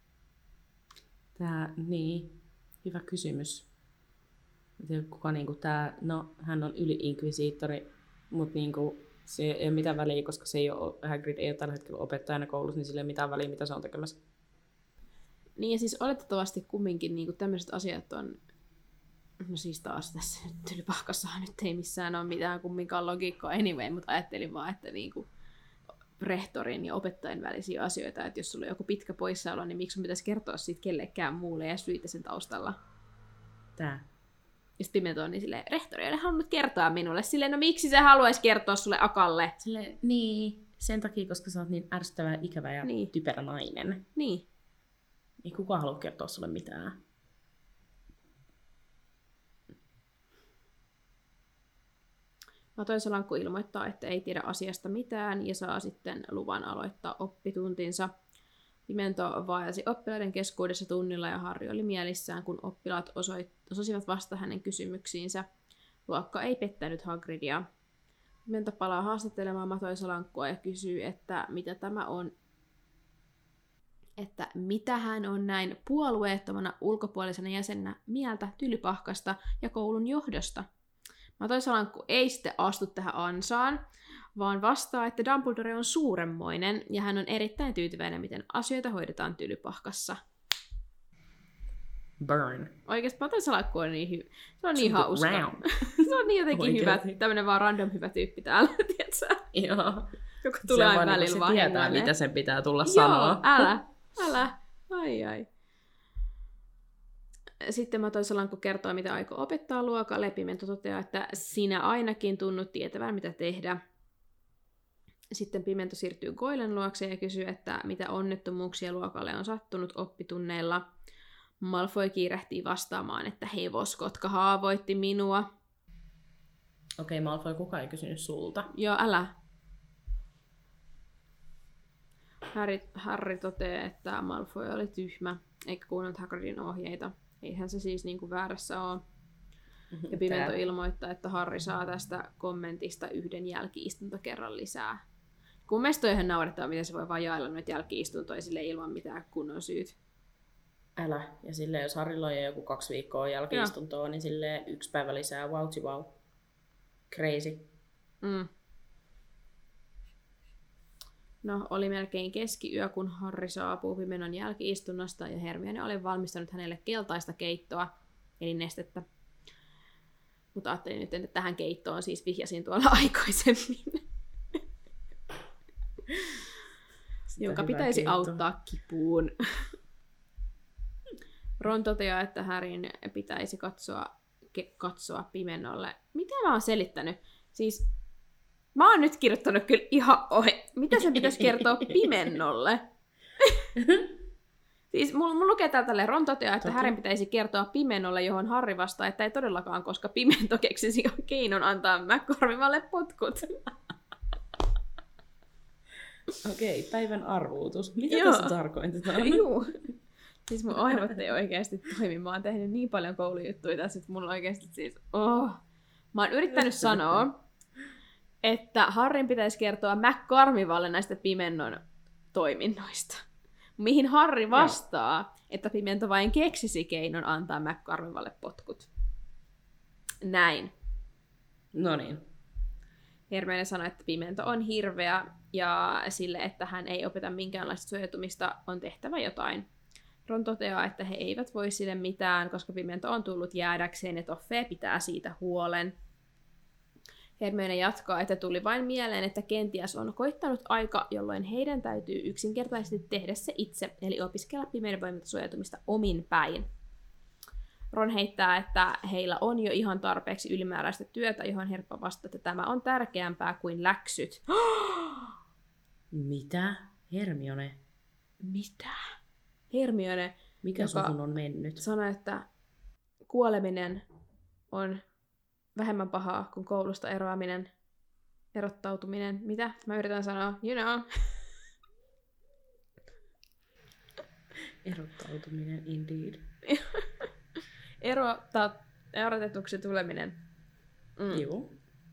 [SPEAKER 3] Tää, niin, hyvä kysymys. En tiedä, kuka niinku tää, no hän on yli-inkvisiittori, mutta niinku se ei ole mitään väliä, koska se ei ole, Hagrid ei ole tällä hetkellä opettajana koulussa, niin sillä ei ole mitään väliä, mitä se on tekemässä.
[SPEAKER 2] Niin ja siis oletettavasti kumminkin niinku tämmöiset asiat on, no siis taas tässä Tylypahkassahan nyt ei missään ole mitään kumminkaan logiikkaa anyway, mutta ajattelin vaan, että niinku rehtorin ja opettajan välisiä asioita, että jos sulla on joku pitkä poissaolo, niin miksi sun pitäisi kertoa siitä kellekään muulle ja syitä sen taustalla.
[SPEAKER 3] Tää.
[SPEAKER 2] Ja sitten Pimento on niin silleen, rehtori ei ole halunnut kertoa minulle. Silleen, no miksi se haluaisi kertoa sulle Akalle?
[SPEAKER 3] Silleen, niin, sen takia, koska sä oot niin ärsyttävä, ikävä ja
[SPEAKER 2] niin.
[SPEAKER 3] typerä nainen.
[SPEAKER 2] Niin.
[SPEAKER 3] Ei kukaan halua kertoa sulle mitään.
[SPEAKER 2] Matoisalankku ilmoittaa, että ei tiedä asiasta mitään ja saa sitten luvan aloittaa oppituntinsa. Pimento vaelsi oppilaiden keskuudessa tunnilla ja Harry oli mielissään, kun oppilaat osoit- osasivat vasta hänen kysymyksiinsä. Luokka ei pettänyt Hagridia. Pimento palaa haastattelemaan Matoisalankkua ja kysyy, että mitä tämä on, että mitä hän on näin puolueettomana ulkopuolisena jäsenä mieltä Tylypahkasta ja koulun johdosta. Matoisalankku ei sitten astu tähän ansaan, vaan vastaa, että Dumbledore on suuremmoinen ja hän on erittäin tyytyväinen, miten asioita hoidetaan Tylypahkassa.
[SPEAKER 3] Burn.
[SPEAKER 2] Oikeasti Matoisalankku on niin hyvä. Se on niin hauska. Se on niin jotenkin
[SPEAKER 3] Oikeasti.
[SPEAKER 2] hyvä, tämmönen vaan random hyvä tyyppi täällä, tietsä?
[SPEAKER 3] Joo.
[SPEAKER 2] Joka tulee aina
[SPEAKER 3] se
[SPEAKER 2] välillä vaan
[SPEAKER 3] tietää,
[SPEAKER 2] hengalle.
[SPEAKER 3] mitä sen pitää tulla
[SPEAKER 2] Joo,
[SPEAKER 3] sanoa.
[SPEAKER 2] älä, älä. Ai ai. Sitten Matoisalankku kertoo, mitä aikoo opettaa luokalle. Pimento toteaa, että sinä ainakin tunnut tietävän, mitä tehdä. Sitten Pimento siirtyy Goylen luokse ja kysyy, että mitä onnettomuuksia luokalle on sattunut oppitunneilla. Malfoy kiirehtii vastaamaan, että hevoskotka haavoitti minua.
[SPEAKER 3] Okei, okay, Malfoy, kukaan ei kysynyt sulta.
[SPEAKER 2] Joo, älä. Harry, Harry toteaa, että Malfoy oli tyhmä, eikä kuunnellut Hagridin ohjeita. Eihän se siis niinku väärässä ole. Ja Pimento
[SPEAKER 3] Tää.
[SPEAKER 2] ilmoittaa, että Harry saa tästä kommentista yhden jälki-istuntokerran lisää. Kun mielestä on ihan naurettavaa, miten se voi vaan jaella noita jälki-istuntoja sille ilman mitään kunnon syyt.
[SPEAKER 3] Älä. Ja silleen, jos Harrylla on joku kaksi viikkoa jälki-istuntoa, niin silleen yksi päivä lisää. Vautsi wow. Crazy.
[SPEAKER 2] Mm. No, oli melkein keskiyö, kun Harry saapuu Pimenon jälki-istunnasta ja Hermione oli valmistanut hänelle keltaista keittoa, eli nestettä. Mutta ajattelin nyt, että tähän keittoon siis vihjasin tuolla aikaisemmin. Jonka pitäisi keitto. auttaa kipuun. Ron toteaa, että Harryn pitäisi katsoa, ke, katsoa Pimenolle. Mitä mä oon selittänyt? Siis mä oon nyt kirjoittanut kyllä ihan ohi. Mitä sen pitäisi kertoa Pimennolle? Siis mulla mul lukee täältä Ron toteaa, että Harryn pitäisi kertoa Pimennolle, johon Harry vastaa, että ei todellakaan, koska Pimento keksisi keinon antaa McGormivalle potkut.
[SPEAKER 3] Okei, okay, päivän arvuutus. Mitä
[SPEAKER 2] Joo.
[SPEAKER 3] tässä tarkoitetaan?
[SPEAKER 2] Juu. Siis mun aivot ei oikeasti toimi. Mä oon tehnyt niin paljon koulujuttuja tässä, että mulla oikeasti siis... Oh. Mä oon yrittänyt sanoa, että Harryn pitäisi kertoa McGormivalle näistä Pimennon toiminnoista. Mihin Harry vastaa, no. että Pimento vain keksisi keinon antaa McGormivalle potkut. Näin.
[SPEAKER 3] No niin.
[SPEAKER 2] Hermione sanoi, että pimento on hirveä ja sille, että hän ei opeta minkäänlaista suojautumista, on tehtävä jotain. Ron toteaa, että he eivät voi sille mitään, koska pimento on tullut jäädäkseen ja Toffee pitää siitä huolen. Hermione jatkaa, että tuli vain mieleen, että kenties on koittanut aika, jolloin heidän täytyy yksinkertaisesti tehdä se itse, eli opiskella pimeyden voimalta suojautumista omin päin. Ron heittää, että heillä on jo ihan tarpeeksi ylimääräistä työtä, johon Herppa vastaa, että tämä on tärkeämpää kuin läksyt.
[SPEAKER 3] Mitä? Hermione?
[SPEAKER 2] Mitä? Hermione,
[SPEAKER 3] Mikä suhun on mennyt?
[SPEAKER 2] sanoi, että kuoleminen on vähemmän pahaa kuin koulusta eroaminen, erottautuminen. Mitä? Mä yritän sanoa, you know.
[SPEAKER 3] Erottautuminen, indeed.
[SPEAKER 2] Erota, erotetuksi tuleminen. Mm.
[SPEAKER 3] Joo.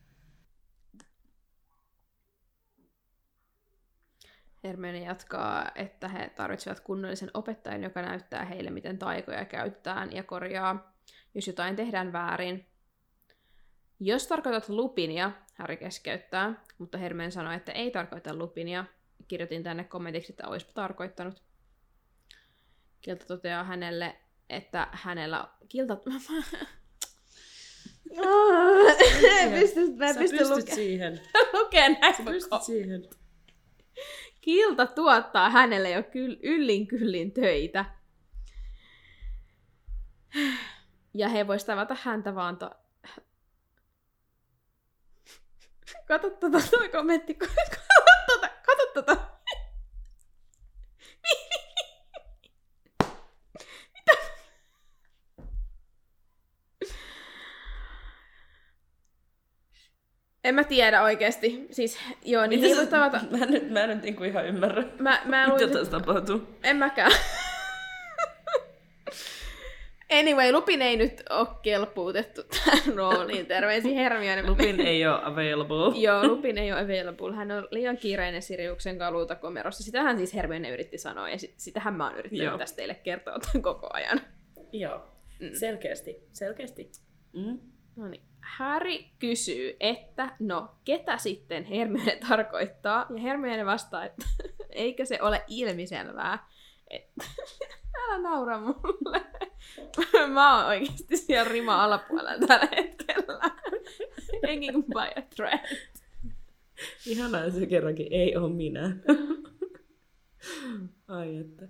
[SPEAKER 2] Hermione jatkaa, että he tarvitsevat kunnollisen opettajan, joka näyttää heille, miten taikoja käytetään ja korjaa, jos jotain tehdään väärin. Jos tarkoitat Lupinia, Harry keskeyttää, mutta Hermione sanoi, että ei tarkoita Lupinia. Kirjoitin tänne kommentiksi, että olisipa tarkoittanut. Kilta toteaa hänelle, että hänellä... Kilta... Mä pysty, mä
[SPEAKER 3] Sä
[SPEAKER 2] pysty
[SPEAKER 3] pystyt
[SPEAKER 2] luke-
[SPEAKER 3] siihen.
[SPEAKER 2] lukemaan näin.
[SPEAKER 3] Sä pystyt siihen.
[SPEAKER 2] Kilta tuottaa hänelle jo kyl, yllin kyllin töitä. Ja he vois tavata häntä vaan... To... Kato tota toi kommentti. Kato tota. Kato tota. Mitä? En mä tiedä oikeesti. Siis, joo, niin he voi tavata...
[SPEAKER 3] Mä en nyt, mä en nyt niinku ihan ymmärrä,
[SPEAKER 2] Mä, mä luin...
[SPEAKER 3] mitä tässä tapahtuu.
[SPEAKER 2] En mäkään. Anyway, Lupin ei nyt ole kelpuutettu tähän rooliin. Terveisiin Hermione.
[SPEAKER 3] Lupin ei ole available.
[SPEAKER 2] Joo, Lupin ei ole available. Hän on liian kiireinen Siriuksen kaluutakomerossa. Sitähän siis Hermione yritti sanoa, ja sit, sitähän mä oon yrittänyt
[SPEAKER 3] Joo.
[SPEAKER 2] tästä teille kertoa tämän koko ajan.
[SPEAKER 3] Joo,
[SPEAKER 2] Mm.
[SPEAKER 3] selkeästi. Selkeästi. Mm.
[SPEAKER 2] No niin. Harry kysyy, että no, ketä sitten Hermione tarkoittaa? Ja Hermione vastaa, että eikö se ole ilmiselvää. Että älä naura mulle. Mä oon oikeesti siellä rima alapuolella tällä hetkellä. Hanging by a thread.
[SPEAKER 3] Ihanaa, se kerrankin ei ole minä. Ai että.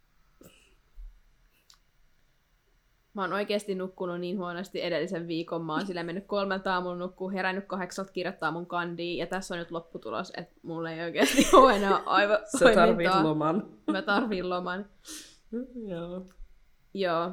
[SPEAKER 2] Mä oon oikeesti nukkunut niin huonosti edellisen viikon. Mä oon sillä mennyt kolmelta aamulla nukkuu, herännyt kahdeksalta kirjoittaa mun kandiin. Ja tässä on nyt lopputulos, että mulla ei oikeesti ole enää aivan
[SPEAKER 3] Sä tarvit loman.
[SPEAKER 2] Mä tarviin loman.
[SPEAKER 3] Joo.
[SPEAKER 2] Joo.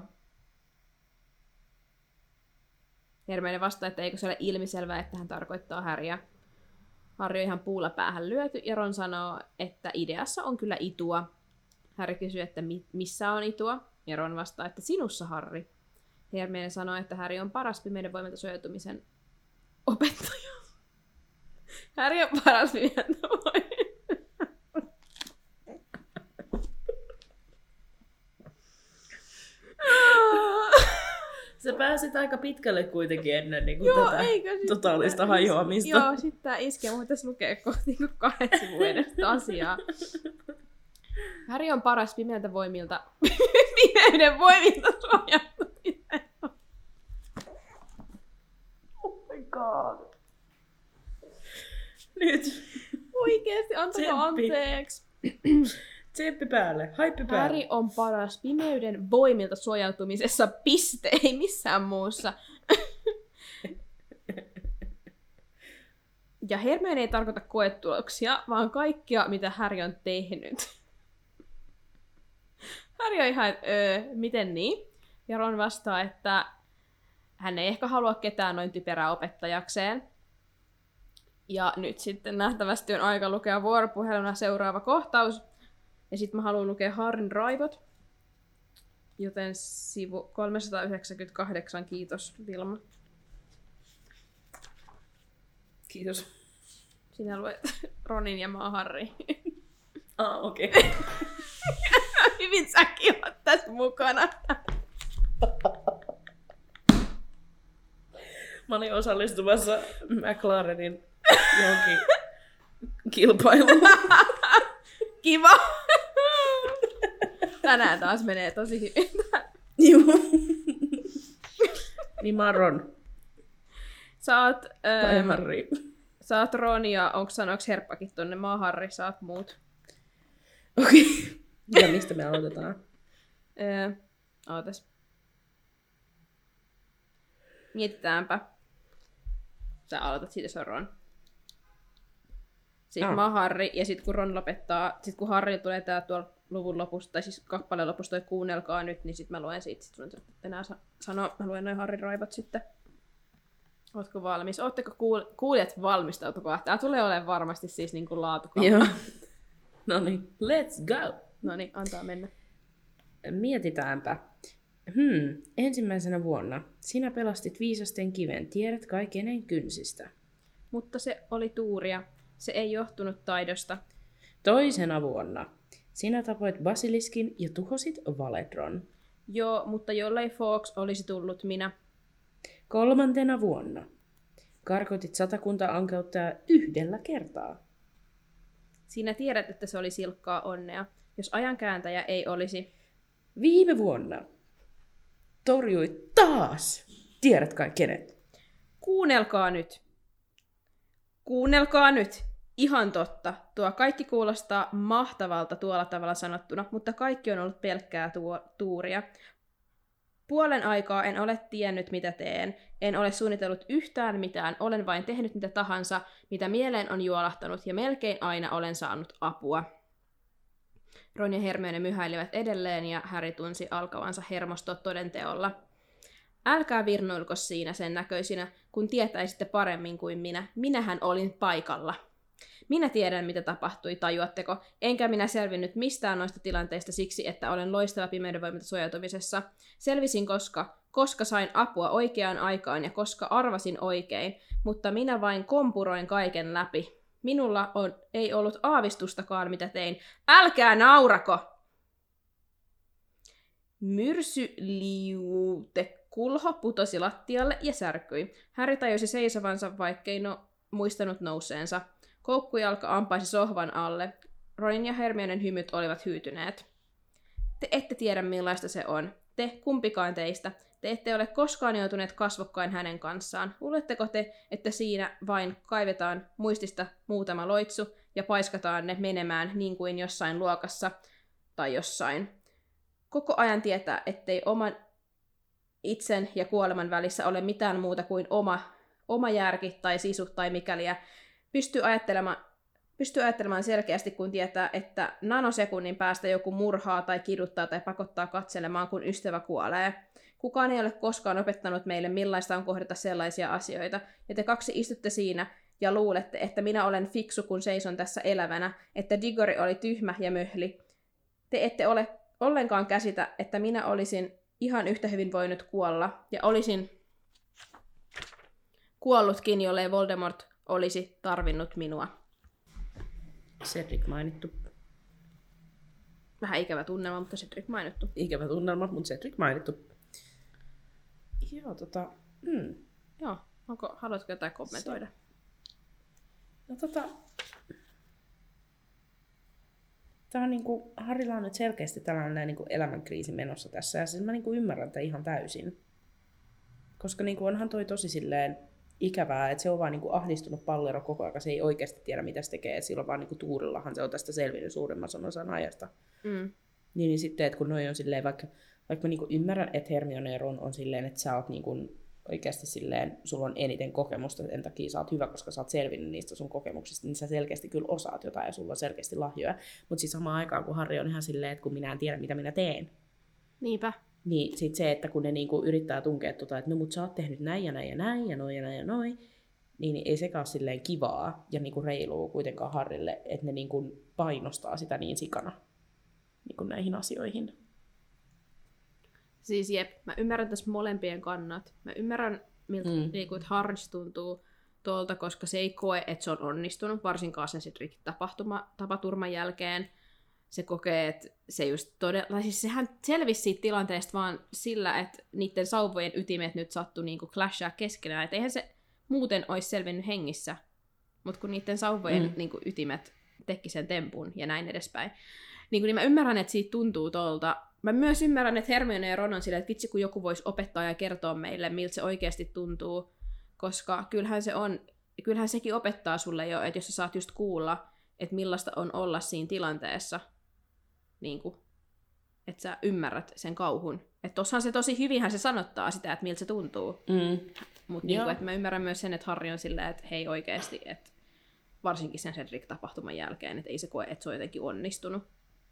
[SPEAKER 2] Hermione vastaa, että eikö se ole ilmiselvää, että hän tarkoittaa Harryä. Harry on ihan puulla päähän lyöty, ja Ron sanoo, että ideassa on kyllä itua. Harry kysyy, että mi- missä on itua, ja Ron vastaa, että sinussa, Harry. Hermione sanoo, että Harry on paras pimeyden voimalta suojautumisen opettaja. Harry on paras pimeyden voimalta.
[SPEAKER 3] Sä pääsit aika pitkälle kuitenkin ennen niin kuin
[SPEAKER 2] Joo,
[SPEAKER 3] tätä
[SPEAKER 2] eikö sit
[SPEAKER 3] totaalista
[SPEAKER 2] tää-
[SPEAKER 3] hajoamista.
[SPEAKER 2] Joo, sit tää iskee. Mun pitäis lukea kohta niinku kahden sivun edestä asiaa. Harry on paras pimeältä voimilta. Pimeyden voimilta suojautuminen. Oh my god.
[SPEAKER 3] Nyt.
[SPEAKER 2] Oikeesti, antako
[SPEAKER 3] Tsemppi.
[SPEAKER 2] anteeksi.
[SPEAKER 3] Tsemppi päälle, haippi päälle.
[SPEAKER 2] Harry on paras pimeyden voimilta suojautumisessa, piste, ei missään muussa. Ja Hermione ei tarkoita koetuloksia, vaan kaikkia, mitä Harry on tehnyt. Harry on ihan, öö, miten niin? Ja Ron vastaa, että hän ei ehkä halua ketään noin typerää opettajakseen. Ja nyt sitten nähtävästi on aika lukea vuoropuheluna seuraava kohtaus. Ja sitten mä haluan lukea Harryn raivot. Joten sivu kolmesataayhdeksänkymmentäkahdeksan, kiitos Vilma.
[SPEAKER 3] Kiitos.
[SPEAKER 2] Sinä luet Ronin ja mä oon Harry.
[SPEAKER 3] Ah, okei. Okay.
[SPEAKER 2] Hyvin säkin oot tässä mukana.
[SPEAKER 3] Mä olin osallistumassa McLarenin johonkin kilpailuun.
[SPEAKER 2] Kiva! Tänään taas menee tosi hyvin.
[SPEAKER 3] Joo. Niin mä oon Ron.
[SPEAKER 2] Sä oot,
[SPEAKER 3] Tai
[SPEAKER 2] ähm,
[SPEAKER 3] Harry.
[SPEAKER 2] sä oot Ron ja onks sanoks Herppakin tonne? Mä oon Harry, sä oot muut.
[SPEAKER 3] Okei. Okay. Ja mistä me aloitetaan?
[SPEAKER 2] Öö, ootas. Mietitäänpä. Sä aloitat, siitä se on Ron. Sitten
[SPEAKER 3] Ah.
[SPEAKER 2] mä oon Harry, ja sit kun Ron lopettaa, sit kun Harry tulee tää tuolla luvun lopusta, tai siis kappaleen lopusta toi kuunnelkaa nyt, niin sit mä luen siitä, sit sun ei enää sa- sanoa, mä luen noin Harry raivot sitten. Ootko valmis? Ootteko kuul- kuulijat valmistautukaa? Tää tulee olemaan varmasti siis niinku laatukaa.
[SPEAKER 3] Joo. No niin, let's go!
[SPEAKER 2] No niin, antaa mennä.
[SPEAKER 3] Mietitäänpä. Hmm, ensimmäisenä vuonna sinä pelastit viisasten kiven, tiedät kai kenen kynsistä.
[SPEAKER 2] Mutta se oli tuuria. Se ei johtunut taidosta.
[SPEAKER 3] Toisena vuonna sinä tapoit Basiliskin ja tuhosit Valedron.
[SPEAKER 2] Joo, mutta jollei Fawkes olisi tullut minä.
[SPEAKER 3] Kolmantena vuonna karkotit satakunta ankeuttajaa yhdellä kertaa.
[SPEAKER 2] Sinä tiedät, että se oli silkkaa onnea. Jos ajankääntäjä ei olisi...
[SPEAKER 3] Viime vuonna torjuit taas, tiedät kai kenet.
[SPEAKER 2] Kuunnelkaa nyt. Kuunnelkaa nyt. Ihan totta. Tuo kaikki kuulostaa mahtavalta tuolla tavalla sanottuna, mutta kaikki on ollut pelkkää tuo, tuuria. Puolen aikaa en ole tiennyt, mitä teen. En ole suunnitellut yhtään mitään. Olen vain tehnyt mitä tahansa, mitä mieleen on juolahtanut, ja melkein aina olen saanut apua. Ron ja Hermione myhäilivät edelleen, ja Harry tunsi alkavansa hermostua todenteolla. Älkää virnuilko siinä sen näköisinä, kun tietäisitte paremmin kuin minä. Minähän olin paikalla. Minä tiedän, mitä tapahtui, tajuatteko, enkä minä selvinnyt mistään noista tilanteista siksi, että olen loistava pimeyden voimalta suojautumisessa. Selvisin koska, koska sain apua oikeaan aikaan ja koska arvasin oikein, mutta minä vain kompuroin kaiken läpi. Minulla on, ei ollut aavistustakaan, mitä tein. Älkää naurako! Myrsyliutekulho putosi lattialle ja särkyi. Harry tajusi seisovansa, vaikkei no muistanut nouseensa. Koukkujalka ampaisi sohvan alle. Ronin ja Hermionen hymyt olivat hyytyneet. Te ette tiedä, millaista se on. Te, kumpikaan teistä. Te ette ole koskaan joutuneet kasvokkain hänen kanssaan. Luuletteko te, että siinä vain kaivetaan muistista muutama loitsu ja paiskataan ne menemään niin kuin jossain luokassa tai jossain? Koko ajan tietää, ettei oman itsen ja kuoleman välissä ole mitään muuta kuin oma, oma järki tai sisu tai mikäliä. Pystyy ajattelemaan, pystyy ajattelemaan selkeästi, kun tietää, että nanosekunnin päästä joku murhaa tai kiduttaa tai pakottaa katselemaan, kun ystävä kuolee. Kukaan ei ole koskaan opettanut meille, millaista on kohdata sellaisia asioita, ja te kaksi istutte siinä ja luulette, että minä olen fiksu, kun seison tässä elävänä, että Diggory oli tyhmä ja möhli. Te ette ole ollenkaan käsitä, että minä olisin ihan yhtä hyvin voinut kuolla, ja olisin kuollutkin, jollei Voldemort olisi tarvinnut minua.
[SPEAKER 3] Cedric mainittu.
[SPEAKER 2] Vähän ikävä tunnelma, mutta Cedric mainittu.
[SPEAKER 3] Ikävä tunnelma, mutta Cedric mainittu. Joo, tota... Hmm.
[SPEAKER 2] Joo, onko, haluatko jotain kommentoida?
[SPEAKER 3] No tota... Tää on niinku... Harrylla on nyt selkeästi tällainen niinku elämänkriisi menossa tässä, ja siis mä niinku ymmärrän tätä ihan täysin. Koska niinku onhan toi tosi silleen ikävää, että se on vaan niinku ahdistunut pallero koko ajan, se ei oikeasti tiedä mitä se tekee, että silloin vaan niinku tuurillahan se on tästä selvinnyt suurimman osan ajasta.
[SPEAKER 2] Mm.
[SPEAKER 3] Niin, niin sitten, että kun noi on silleen, vaikka, vaikka mä niinku ymmärrän, että Hermione ja Ron on silleen, että sä oot niinku oikeasti silleen, sulla on eniten kokemusta, sen takia sä oot hyvä, koska sä oot selvinnyt niistä sun kokemuksista, niin sä selkeästi kyllä osaat jotain ja sulla on selkeästi lahjoja. Mutta siis samaan aikaan, kun Harry on ihan silleen, että kun minä en tiedä, mitä minä teen,
[SPEAKER 2] Niinpä.
[SPEAKER 3] niin sit se, että kun ne niinku yrittää tunkea tota, että no mut sä oot tehnyt näin ja näin ja näin ja noin ja näin ja noin, niin ei sekaan ole silleen kivaa ja niinku reilua kuitenkaan Harrylle, että ne niinku painostaa sitä niin sikana niinku näihin asioihin.
[SPEAKER 2] Siis jep, mä ymmärrän tässä molempien kannat. Mä ymmärrän, miltä mm. niinku, että Harris tuntuu tuolta, koska se ei koe, että se on onnistunut, varsinkaan sen Cedricin tapaturman jälkeen. Se kokee, että se just todella... Siis sehän selvisi siitä tilanteesta vaan sillä, että niiden sauvojen ytimet nyt sattui niinku clashaa keskenään. Et eihän se... muuten olisi selvinnyt hengissä. Mutta kun niiden sauvojen
[SPEAKER 3] Mm.
[SPEAKER 2] niin kuin ytimet teki sen tempun ja näin edespäin. Niin, kun, niin mä ymmärrän, että siitä tuntuu tolta. Mä myös ymmärrän, että Hermione ja Ron on silleen, että vitsi kun joku voisi opettaa ja kertoa meille, miltä se oikeasti tuntuu. Koska kyllähän se on, kyllähän sekin opettaa sulle jo, että jos sä saat just kuulla, että millaista on olla siinä tilanteessa, niin kuin, että sä ymmärrät sen kauhun. Että tossahan se tosi hyvinhän se sanottaa sitä, että miltä se tuntuu.
[SPEAKER 3] Mm.
[SPEAKER 2] Mutta niin mä ymmärrän myös sen, että Harry on silleen, että hei oikeasti, että varsinkin sen Cedric-tapahtuman jälkeen, että ei se koe, että se on jotenkin onnistunut.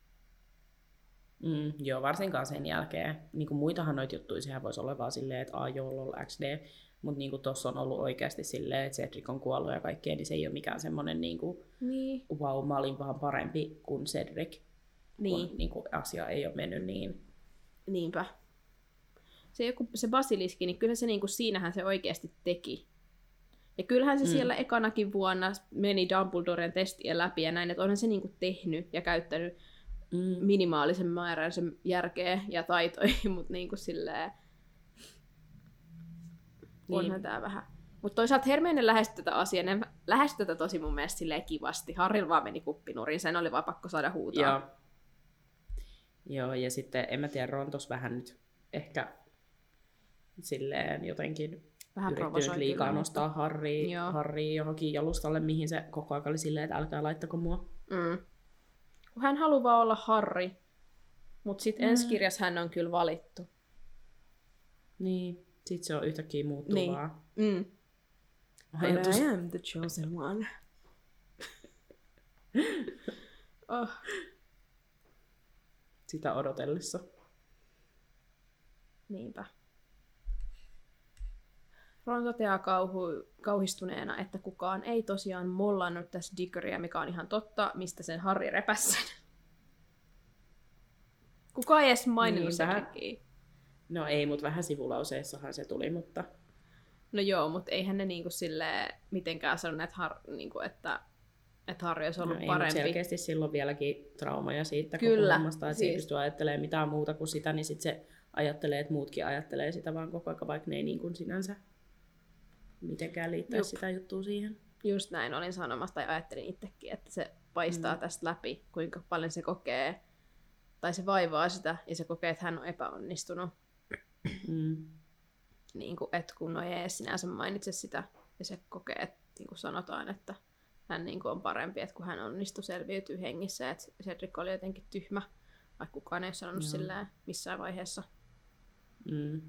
[SPEAKER 3] Mm, joo, varsinkaan sen jälkeen. Niin kuin muitahan noita juttuja, sehän voisi olla vaan silleen, että a joo, lol, X D. Mutta niin tuossa on ollut oikeasti silleen, että Cedric on kuollut ja kaikkea, niin se ei ole mikään semmoinen niin kuin,
[SPEAKER 2] Niin.
[SPEAKER 3] wow, mä olin vaan parempi kuin Cedric.
[SPEAKER 2] Niin.
[SPEAKER 3] Kun niin kuin, asia ei ole mennyt niin.
[SPEAKER 2] Niinpä. Se, joku, se basiliski, niin kyllä se niin kuin, siinähän se oikeasti teki. Ja kyllähän se mm. siellä ekanakin vuonna meni Dumbledoren testien läpi ja näin, että onhan se niin kuin, tehnyt ja käyttänyt mm. minimaalisen määrän sen järkeä ja taitoja, mutta niin kuin silleen... Onhan niin. Tää vähän. Mutta toisaalta Hermione lähestyi tätä asiaa, ne lähestyi tätä tosi mun mielestä silleen kivasti. Harrylla vaan meni kuppinurin, sen oli vaan pakko saada huutaa.
[SPEAKER 3] Joo. Joo, ja sitten en mä tiedä, Ron tossa vähän nyt ehkä silleen jotenkin
[SPEAKER 2] vähän
[SPEAKER 3] yrittänyt liikaa kyllä, nostaa
[SPEAKER 2] mutta...
[SPEAKER 3] Harry, Harry johonkin jalustalle, mihin se koko ajan oli silleen, että älkää laittako mua.
[SPEAKER 2] Mm. Kun hän haluaa olla Harry, mutta sitten mm. ensi kirjassa hän on kyllä valittu.
[SPEAKER 3] Niin, sit se on yhtäkkiä muuttuvaa.
[SPEAKER 2] Niin. Mm.
[SPEAKER 3] Ajatus...
[SPEAKER 2] I am the chosen one. oh.
[SPEAKER 3] Sitä odotellessa.
[SPEAKER 2] Niinpä. Ron toteaa kauhu, kauhistuneena, että kukaan ei tosiaan mollannut tässä Diggoria, mikä on ihan totta, mistä sen Harry repäsi sen. Kukaan ei edes maininnut niin, Cedriciä.
[SPEAKER 3] No ei, mutta vähän sivulauseissahan se tuli, mutta...
[SPEAKER 2] No joo, mutta eihän ne niinku silleen mitenkään sanonut, että, Har- niinku, että, että Harry olisi ollut
[SPEAKER 3] no ei,
[SPEAKER 2] parempi.
[SPEAKER 3] Ei, selkeästi silloin vieläkin traumaja siitä
[SPEAKER 2] Kyllä,
[SPEAKER 3] koko hommasta, että siis... se ei pysty ajattelemaan mitään muuta kuin sitä, niin sitten se ajattelee, että muutkin ajattelee sitä vaan koko ajan, vaikka ne ei niin kuin sinänsä mitenkään liittäisi sitä juttua siihen.
[SPEAKER 2] Just näin olin sanomassa, tai ajattelin itsekin, että se paistaa mm. tästä läpi, kuinka paljon se kokee, tai se vaivaa sitä, ja se kokee, että hän on epäonnistunut.
[SPEAKER 3] Mm.
[SPEAKER 2] Niin kuin, että kun no ei edes sinänsä mainitse sitä, ja se kokee, että niin kuin sanotaan, että hän niin kuin on parempi, että kun hän onnistui selviytyy hengissä, että Cedric oli jotenkin tyhmä, vaikka kukaan ei ole sanonut silleen missään vaiheessa.
[SPEAKER 3] Mm.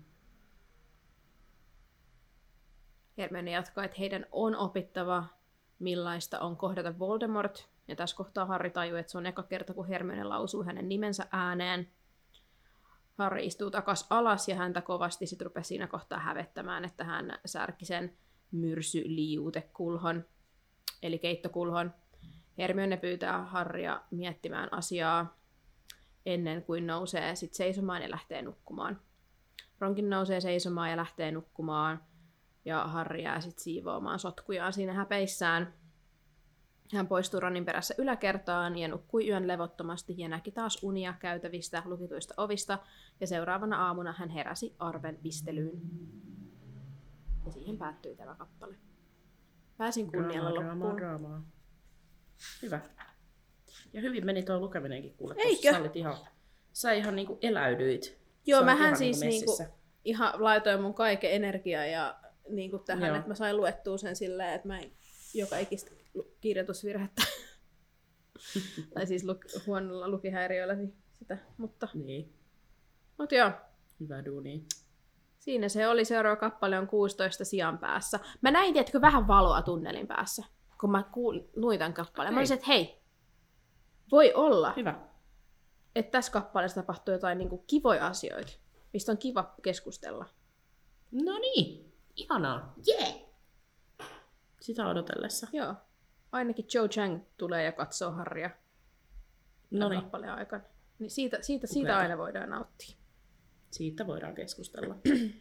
[SPEAKER 2] Hermione jatkaa, että heidän on opittava, millaista on kohdata Voldemort, ja tässä kohtaa Harry tajuu, että se on eka kerta, kun Hermione lausuu hänen nimensä ääneen. Harry istuu takas alas ja häntä kovasti sit rupesi siinä kohtaa hävettämään, että hän särki sen myrsyliutekulhon, eli keittokulhon. Hermione pyytää Harrya miettimään asiaa ennen kuin nousee sit seisomaan ja lähtee nukkumaan. Ronkin nousee seisomaan ja lähtee nukkumaan, ja Harry jää sit siivoamaan sotkujaan siinä häpeissään. Hän poistui Ronin perässä yläkertaan ja nukkui yön levottomasti ja näki taas unia käytävistä lukituista ovista, ja seuraavana aamuna hän heräsi arven pistelyyn. Ja siihen päättyi tämä kappale. Pääsin kunnialla loppuun.
[SPEAKER 3] Draamaa. Hyvä. Ja hyvin meni tuo lukeminenkin kuule.
[SPEAKER 2] Eikö?
[SPEAKER 3] Sä, olit ihan, sä ihan niinku eläydyit.
[SPEAKER 2] Joo, mähän siis niinku ihan laitoin mun kaiken energiaa ja niinku tähän, Joo. että mä sain luettua sen silleen, että mä en joka ikistä kirjoitusvirhettä. tai siis luk- huonolla lukihäiriöllä sitä, mutta...
[SPEAKER 3] Niin.
[SPEAKER 2] Mut joo.
[SPEAKER 3] Hyvä duuni.
[SPEAKER 2] Siinä se oli, seuraava kappale on kuusitoista sijan päässä. Mä näin, tiedätkö, vähän valoa tunnelin päässä, kun mä kuulin, luin tämän kappaleen. Mä olisin, että hei, voi olla,
[SPEAKER 3] Hyvä.
[SPEAKER 2] että tässä kappaleessa tapahtuu jotain niin kuin kivoja asioita, mistä on kiva keskustella.
[SPEAKER 3] No niin, ihanaa. Jee! Yeah. Sitä odotellessa.
[SPEAKER 2] Joo. Ainakin Cho Chang tulee ja katsoo Harrya tämän kappaleen aikana. Niin siitä, siitä, siitä aina voidaan nauttia.
[SPEAKER 3] Siitä voidaan keskustella.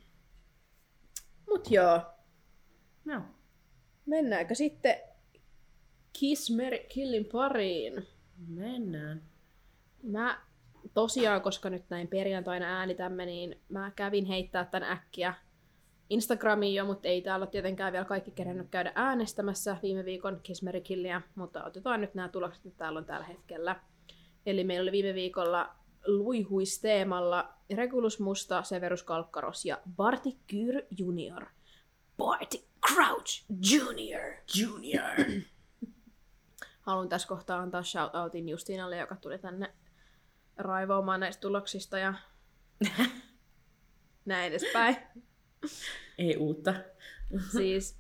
[SPEAKER 2] Mut joo.
[SPEAKER 3] No.
[SPEAKER 2] Mennäänkö sitten Kiss, Mary, Killin pariin?
[SPEAKER 3] Mennään.
[SPEAKER 2] Mä tosiaan, koska nyt näin perjantaina äänitämme, niin mä kävin heittää tän äkkiä Instagramiin jo, mutta ei täällä ole tietenkään vielä kaikki kerennyt käydä äänestämässä viime viikon Kiss, Marry, Killia, mutta otetaan nyt nämä tulokset, mitä täällä on tällä hetkellä. Eli meillä oli viime viikolla luihuisteemalla Regulus Musta, Severus Kalkkaros ja Barty Kyr junior. Barty Crouch junior
[SPEAKER 3] Junior!
[SPEAKER 2] Haluan tässä kohtaa antaa shoutoutin Justiinalle, joka tuli tänne raivoamaan näistä tuloksista ja näin edespäin.
[SPEAKER 3] Ei uutta.
[SPEAKER 2] Siis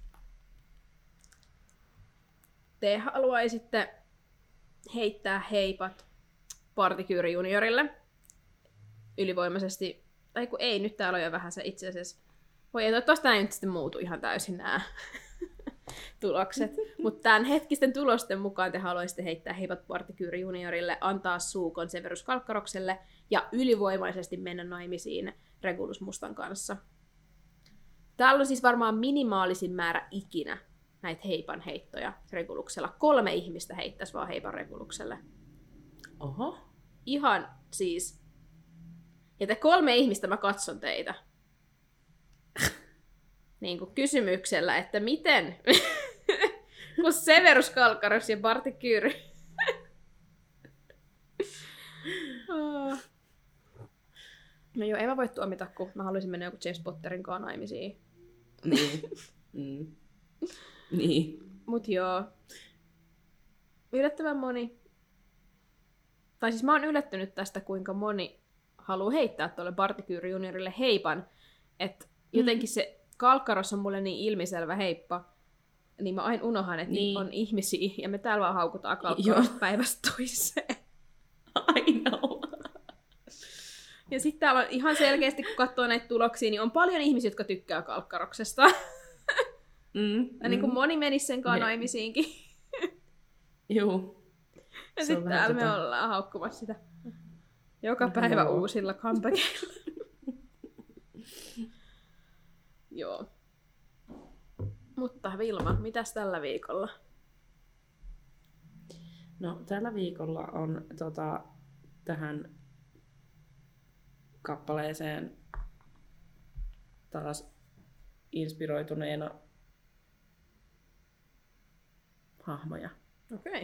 [SPEAKER 2] te haluaisitte heittää heipat Barty Kyr juniorille ylivoimaisesti, tai kun ei, nyt täällä on jo vähän se itse asiassa. Voi ei toivottavasti näin nyt sitten muutu ihan täysin nämä tulokset. Mutta tämän hetkisten tulosten mukaan te haluaisitte heittää heipat Barty Kyr juniorille, antaa suukon Severus Kalkkarokselle ja ylivoimaisesti mennä naimisiin Regulus Mustan kanssa. Täällä on siis varmaan minimaalisin määrä ikinä näitä heipan heittoja Reguluksella. Kolme ihmistä heittäisi vaan heipan Regulukselle.
[SPEAKER 3] Oho.
[SPEAKER 2] Ihan siis. Ja te kolme ihmistä mä katson teitä. Niin kuin kysymyksellä, että miten? Kun Severus Kalkkaros ja Barty Kyr. No joo, ei mä voi tuomita, kun mä haluaisin mennä joku James Potterin kanssa naimisiin.
[SPEAKER 3] Niin. Mm. Niin.
[SPEAKER 2] Mut joo. Yllättävän moni. Tai siis mä oon yllättynyt tästä, kuinka moni haluaa heittää tuolle Barty Kyr juniorille heipan. Että jotenkin se Kalkkaros on mulle niin ilmiselvä heippa, niin mä aina unohan, että niin. on ihmisiä, ja me täällä vaan haukutaan Kalkkarosta päivästä toiseen.
[SPEAKER 3] I know.
[SPEAKER 2] Ja sitten täällä on ihan selkeästi, kun katsoo näitä tuloksia, niin on paljon ihmisiä, jotka tykkää Kalkkaroksesta.
[SPEAKER 3] Mm,
[SPEAKER 2] ja niin kuin
[SPEAKER 3] mm.
[SPEAKER 2] moni menisi sen kanssa naimisiinkin.
[SPEAKER 3] Juu.
[SPEAKER 2] Ja sitten täällä tota... me ollaan haukkumassa sitä joka no, päivä no. uusilla comebackeilla. Joo. Mutta Vilma, mitäs tällä viikolla?
[SPEAKER 3] No, tällä viikolla on tota, tähän kappaleeseen taas inspiroituneena hahmoja.
[SPEAKER 2] Okei. Okay.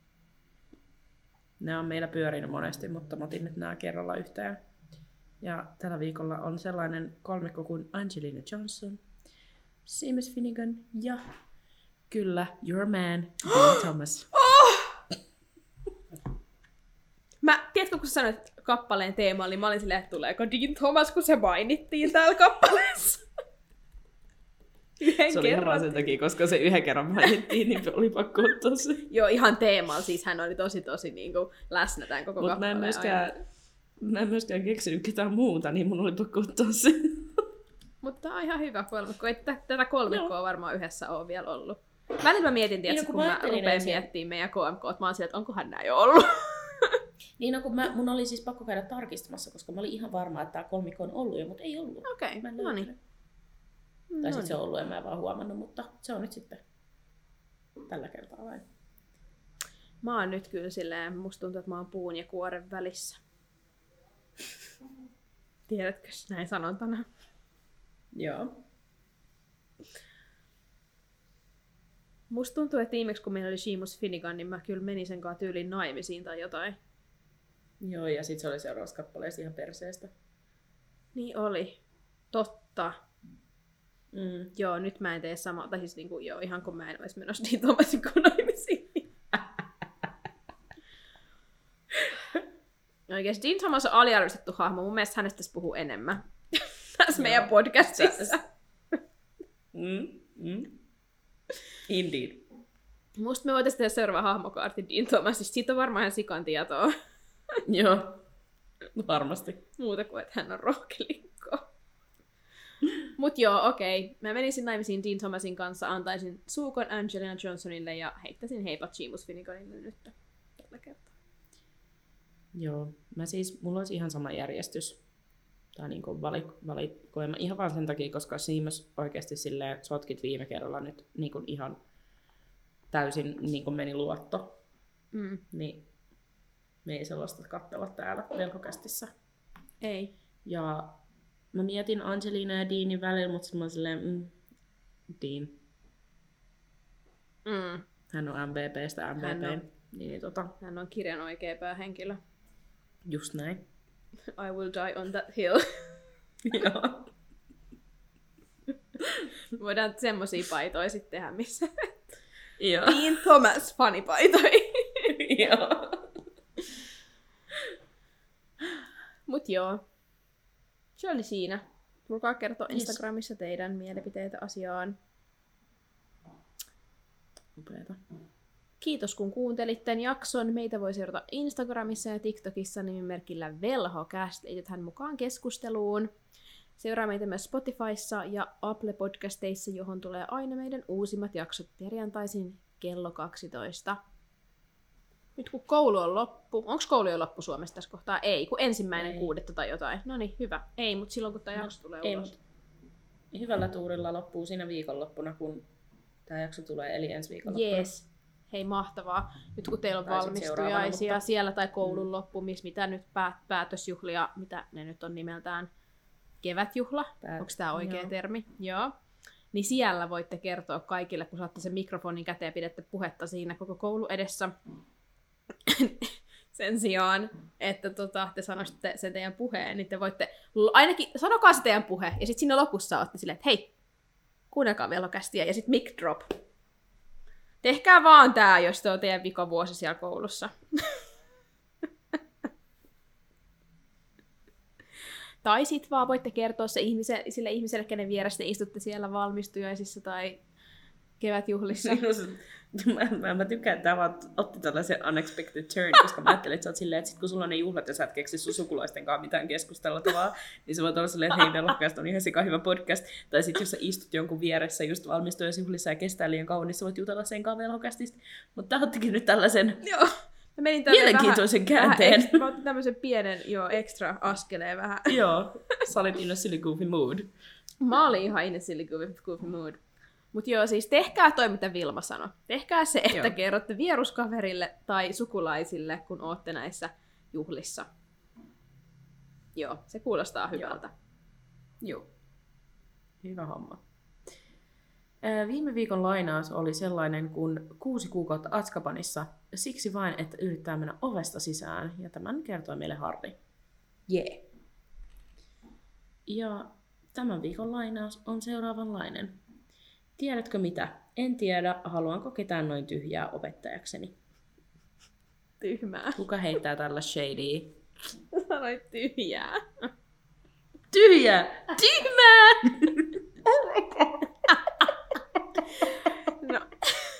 [SPEAKER 3] Ne on meillä pyörinyt monesti, mutta mä otin nyt nämä kerralla yhteen. Ja tällä viikolla on sellainen kolmikko kuin Angelina Johnson, Seamus Finnegan ja kyllä Your Man, Dean Thomas.
[SPEAKER 2] Oh! Mä, tiedätkö, kun sä sanoit kappaleen teemaa, niin mä olin silleen, että tuleeko Dean Thomas, kun se mainittiin täällä kappaleessa. Yhden
[SPEAKER 3] se oli ihan vaan sen takia, koska se yhden kerran mainittiin, niin oli pakko ottaa se.
[SPEAKER 2] Joo, ihan teemalla. Siis hän oli tosi tosi niin kuin läsnä tämän koko
[SPEAKER 3] Mut
[SPEAKER 2] kappaleen
[SPEAKER 3] mä en myöskään, mä en myöskään keksinyt ketään muuta, niin mun oli pakko ottaa se.
[SPEAKER 2] Mutta tää on ihan hyvä kolmikko. Ei t- tätä kolmikkoa no. varmaan yhdessä ole vielä ollut. Välillä mä mietin, tietysti, niin, kun, kun mä rupean miettimään meidän K M K, mä oon sillä, että onkohan nää jo ollut.
[SPEAKER 3] Niin, no kun mä, mun oli siis pakko käydä tarkistamassa, koska mä olin ihan varma, että tää kolmikko on ollut jo, mutta ei ollut.
[SPEAKER 2] Okei, okay, no niin.
[SPEAKER 3] Tai no sitten se on ollut, en mä vaan huomannut, mutta se on nyt sitten tällä kertaa vain.
[SPEAKER 2] Mä oon nyt kyllä silleen, musta tuntuu, että mä oon puun ja kuoren välissä. Tiedätkö näin sanontana?
[SPEAKER 3] Joo.
[SPEAKER 2] Musta tuntuu, että viimeksi kun meillä oli Seamus Finnegan, niin mä kyllä menin sen kanssa tyyliin naimisiin tai jotain.
[SPEAKER 3] Joo, ja sit se oli seuraavassa kappaleessa ihan perseestä.
[SPEAKER 2] Niin oli. Totta.
[SPEAKER 3] Mm.
[SPEAKER 2] Joo, nyt mä en tee samaa. Tai siis niinku, joo, ihan kun mä en olisi menossa niin Thomasin kuin naimisiin. Oikeesti Dean Thomas on aliarvostettu hahmo. Mun mielestä hänestä puhuu enemmän. Tässä meidän podcastissa.
[SPEAKER 3] mm, mm. Indeed.
[SPEAKER 2] Musta me voitaisiin tehdä seuraava hahmokaarti Dean Thomasista. Siitä on varmaan ihan sikan tietoa.
[SPEAKER 3] Joo, varmasti.
[SPEAKER 2] Muuta kuin, että hän on rohkelikko. Mut joo, okei. Okay. Mä menisin naimisiin Dean Thomasin kanssa, antaisin suukon Angelina Johnsonille ja heittäisin heipat Seamus Finneganille nyt tällä kertaa.
[SPEAKER 3] Joo, mä siis, mulla olisi ihan sama järjestys. Tai niinku valik- valikoima ihan vaan sen takia, koska Seamus oikeasti silleen sotkit viime kerralla nyt niinku ihan täysin niinku meni luotto.
[SPEAKER 2] Mm.
[SPEAKER 3] Niin me ei sellaista katsella täällä velkokästissä.
[SPEAKER 2] Ei.
[SPEAKER 3] Ja mä mietin Angelina ja Deanin välillä, mutta sitten mä oon silleen, mm, Dean.
[SPEAKER 2] Mm.
[SPEAKER 3] Hän on M V P:stä M V P.
[SPEAKER 2] Hän on.
[SPEAKER 3] Niin, tota,
[SPEAKER 2] Hän on kirjan oikea päähenkilö.
[SPEAKER 3] just näin.
[SPEAKER 2] I will die on that hill.
[SPEAKER 3] Joo.
[SPEAKER 2] Voidaan semmosia paitoja sitten tehdä, missä
[SPEAKER 3] Joo.
[SPEAKER 2] Dean Thomas fanipaitoja.
[SPEAKER 3] Joo.
[SPEAKER 2] Mut joo. Se oli siinä. Tulkaa kertoa
[SPEAKER 3] Yes.
[SPEAKER 2] Instagramissa teidän mielipiteitä asiaan.
[SPEAKER 3] Upeeta.
[SPEAKER 2] Kiitos kun kuuntelitte tämän jakson. Meitä voi seurata Instagramissa ja TikTokissa nimimerkillä VelhoCast. Liitythän mukaan keskusteluun. Seuraa meitä myös Spotifyssa ja Apple Podcasteissa, johon tulee aina meidän uusimmat jaksot perjantaisin kello kaksitoista. Nyt kun koulu on loppu, onko koulu jo loppu Suomessa tässä kohtaa? Ei, kun ensimmäinen
[SPEAKER 3] Ei.
[SPEAKER 2] kuudetta tai jotain. No niin, hyvä. Ei, mutta silloin kun tämä
[SPEAKER 3] No,
[SPEAKER 2] jakso tulee
[SPEAKER 3] ei,
[SPEAKER 2] ulos.
[SPEAKER 3] mut hyvällä tuurilla loppuu siinä viikonloppuna, kun tämä jakso tulee, eli ensi viikonloppuna.
[SPEAKER 2] Jees. Hei, mahtavaa. Nyt kun teillä on
[SPEAKER 3] Tai sit
[SPEAKER 2] valmistujaisia
[SPEAKER 3] seuraavana, mutta-
[SPEAKER 2] siellä tai koulun loppumis, mitä nyt päät- päätösjuhlia, mitä ne nyt on nimeltään, kevätjuhla,
[SPEAKER 3] Päät-
[SPEAKER 2] onko tämä oikea
[SPEAKER 3] joo.
[SPEAKER 2] termi? Joo. Niin siellä voitte kertoa kaikille, kun saatte sen mikrofonin käteen ja pidätte puhetta siinä koko koulu edessä. Sen sijaan, että tota, te sanoisitte sen teidän puheen, niin te voitte, ainakin sanokaa se teidän puhe, ja sitten siinä lopussa olette silleen, että hei, kuunnelkaa VelhoCastia, ja sitten mic drop. Tehkää vaan tää, jos te on teidän vikavuosi siellä koulussa. Tai sit vaan voitte kertoa se ihmise, sille ihmiselle, kenen vieressä te istutte siellä valmistujaisissa tai kevätjuhlissa.
[SPEAKER 3] mä, mä, mä tykkään, että tämä vaan otti tällaisen unexpected turn, koska mä ajattelin, että sä oot silleen, että sit kun sulla on ne juhlat ja sä et keksi sun sukulaisten kanssa mitään keskusteltavaa, niin se voit olla silleen, että hei, VelhoCast on ihan sika hyvä podcast. Tai sitten jos sä istut jonkun vieressä just valmistujaisjuhlissa ja kestää liian kauan, niin sä voit jutella sen kanssa VelhoCastista. Mutta tää ottikin nyt tällaisen
[SPEAKER 2] Joo. Mä menin tänne
[SPEAKER 3] mielenkiintoisen
[SPEAKER 2] vähän,
[SPEAKER 3] käänteen.
[SPEAKER 2] Vähän, mä otin tämmöisen pienen joo, extra askeleen vähän.
[SPEAKER 3] Joo, sä olit in a silly goofy mood.
[SPEAKER 2] Mä olin ihan in a silly goofy, goofy mood. Mut joo, siis tehkää toi, mitä Vilma sanoi. Tehkää se, että
[SPEAKER 3] Joo.
[SPEAKER 2] kerrotte vieruskaverille tai sukulaisille, kun ootte näissä juhlissa. Joo, se kuulostaa hyvältä.
[SPEAKER 3] Joo. Hyvä homma. Ää, Viime viikon lainaus oli sellainen kuin kuusi kuukautta Azkabanissa, siksi vain, että yrittää mennä ovesta sisään, ja tämän kertoi meille Harri.
[SPEAKER 2] Jee. Yeah.
[SPEAKER 3] Ja tämän viikon lainaus on seuraavanlainen. Tiedätkö mitä? En tiedä, haluanko ketään noin tyhjää opettajakseni.
[SPEAKER 2] Tyhmää.
[SPEAKER 3] Kuka heittää tällä shadyä?
[SPEAKER 2] Sanoit tyhjää.
[SPEAKER 3] Tyhjää! Tyhmää!
[SPEAKER 2] No.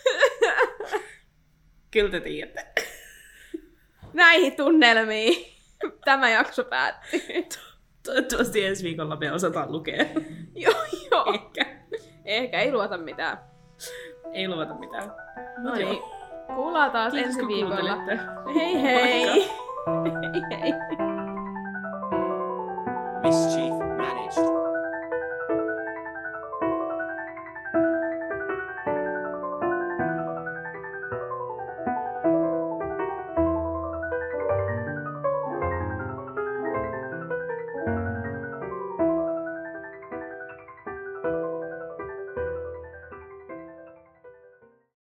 [SPEAKER 3] Kyllä te tiedätte.
[SPEAKER 2] Näihin tunnelmiin tämä jakso päättyy.
[SPEAKER 3] Toivottavasti ensi viikolla me osataan lukea.
[SPEAKER 2] joo, joo.
[SPEAKER 3] Ehkä.
[SPEAKER 2] Ehkä ei luota mitään.
[SPEAKER 3] Ei luvata mitään.
[SPEAKER 2] No niin. Kuullaan taas
[SPEAKER 3] Kiitos,
[SPEAKER 2] ensi
[SPEAKER 3] kun
[SPEAKER 2] viikolla.
[SPEAKER 3] kuuntelitte.
[SPEAKER 2] Hei hei!
[SPEAKER 3] Moikka.
[SPEAKER 2] hei hei!
[SPEAKER 1] Mischief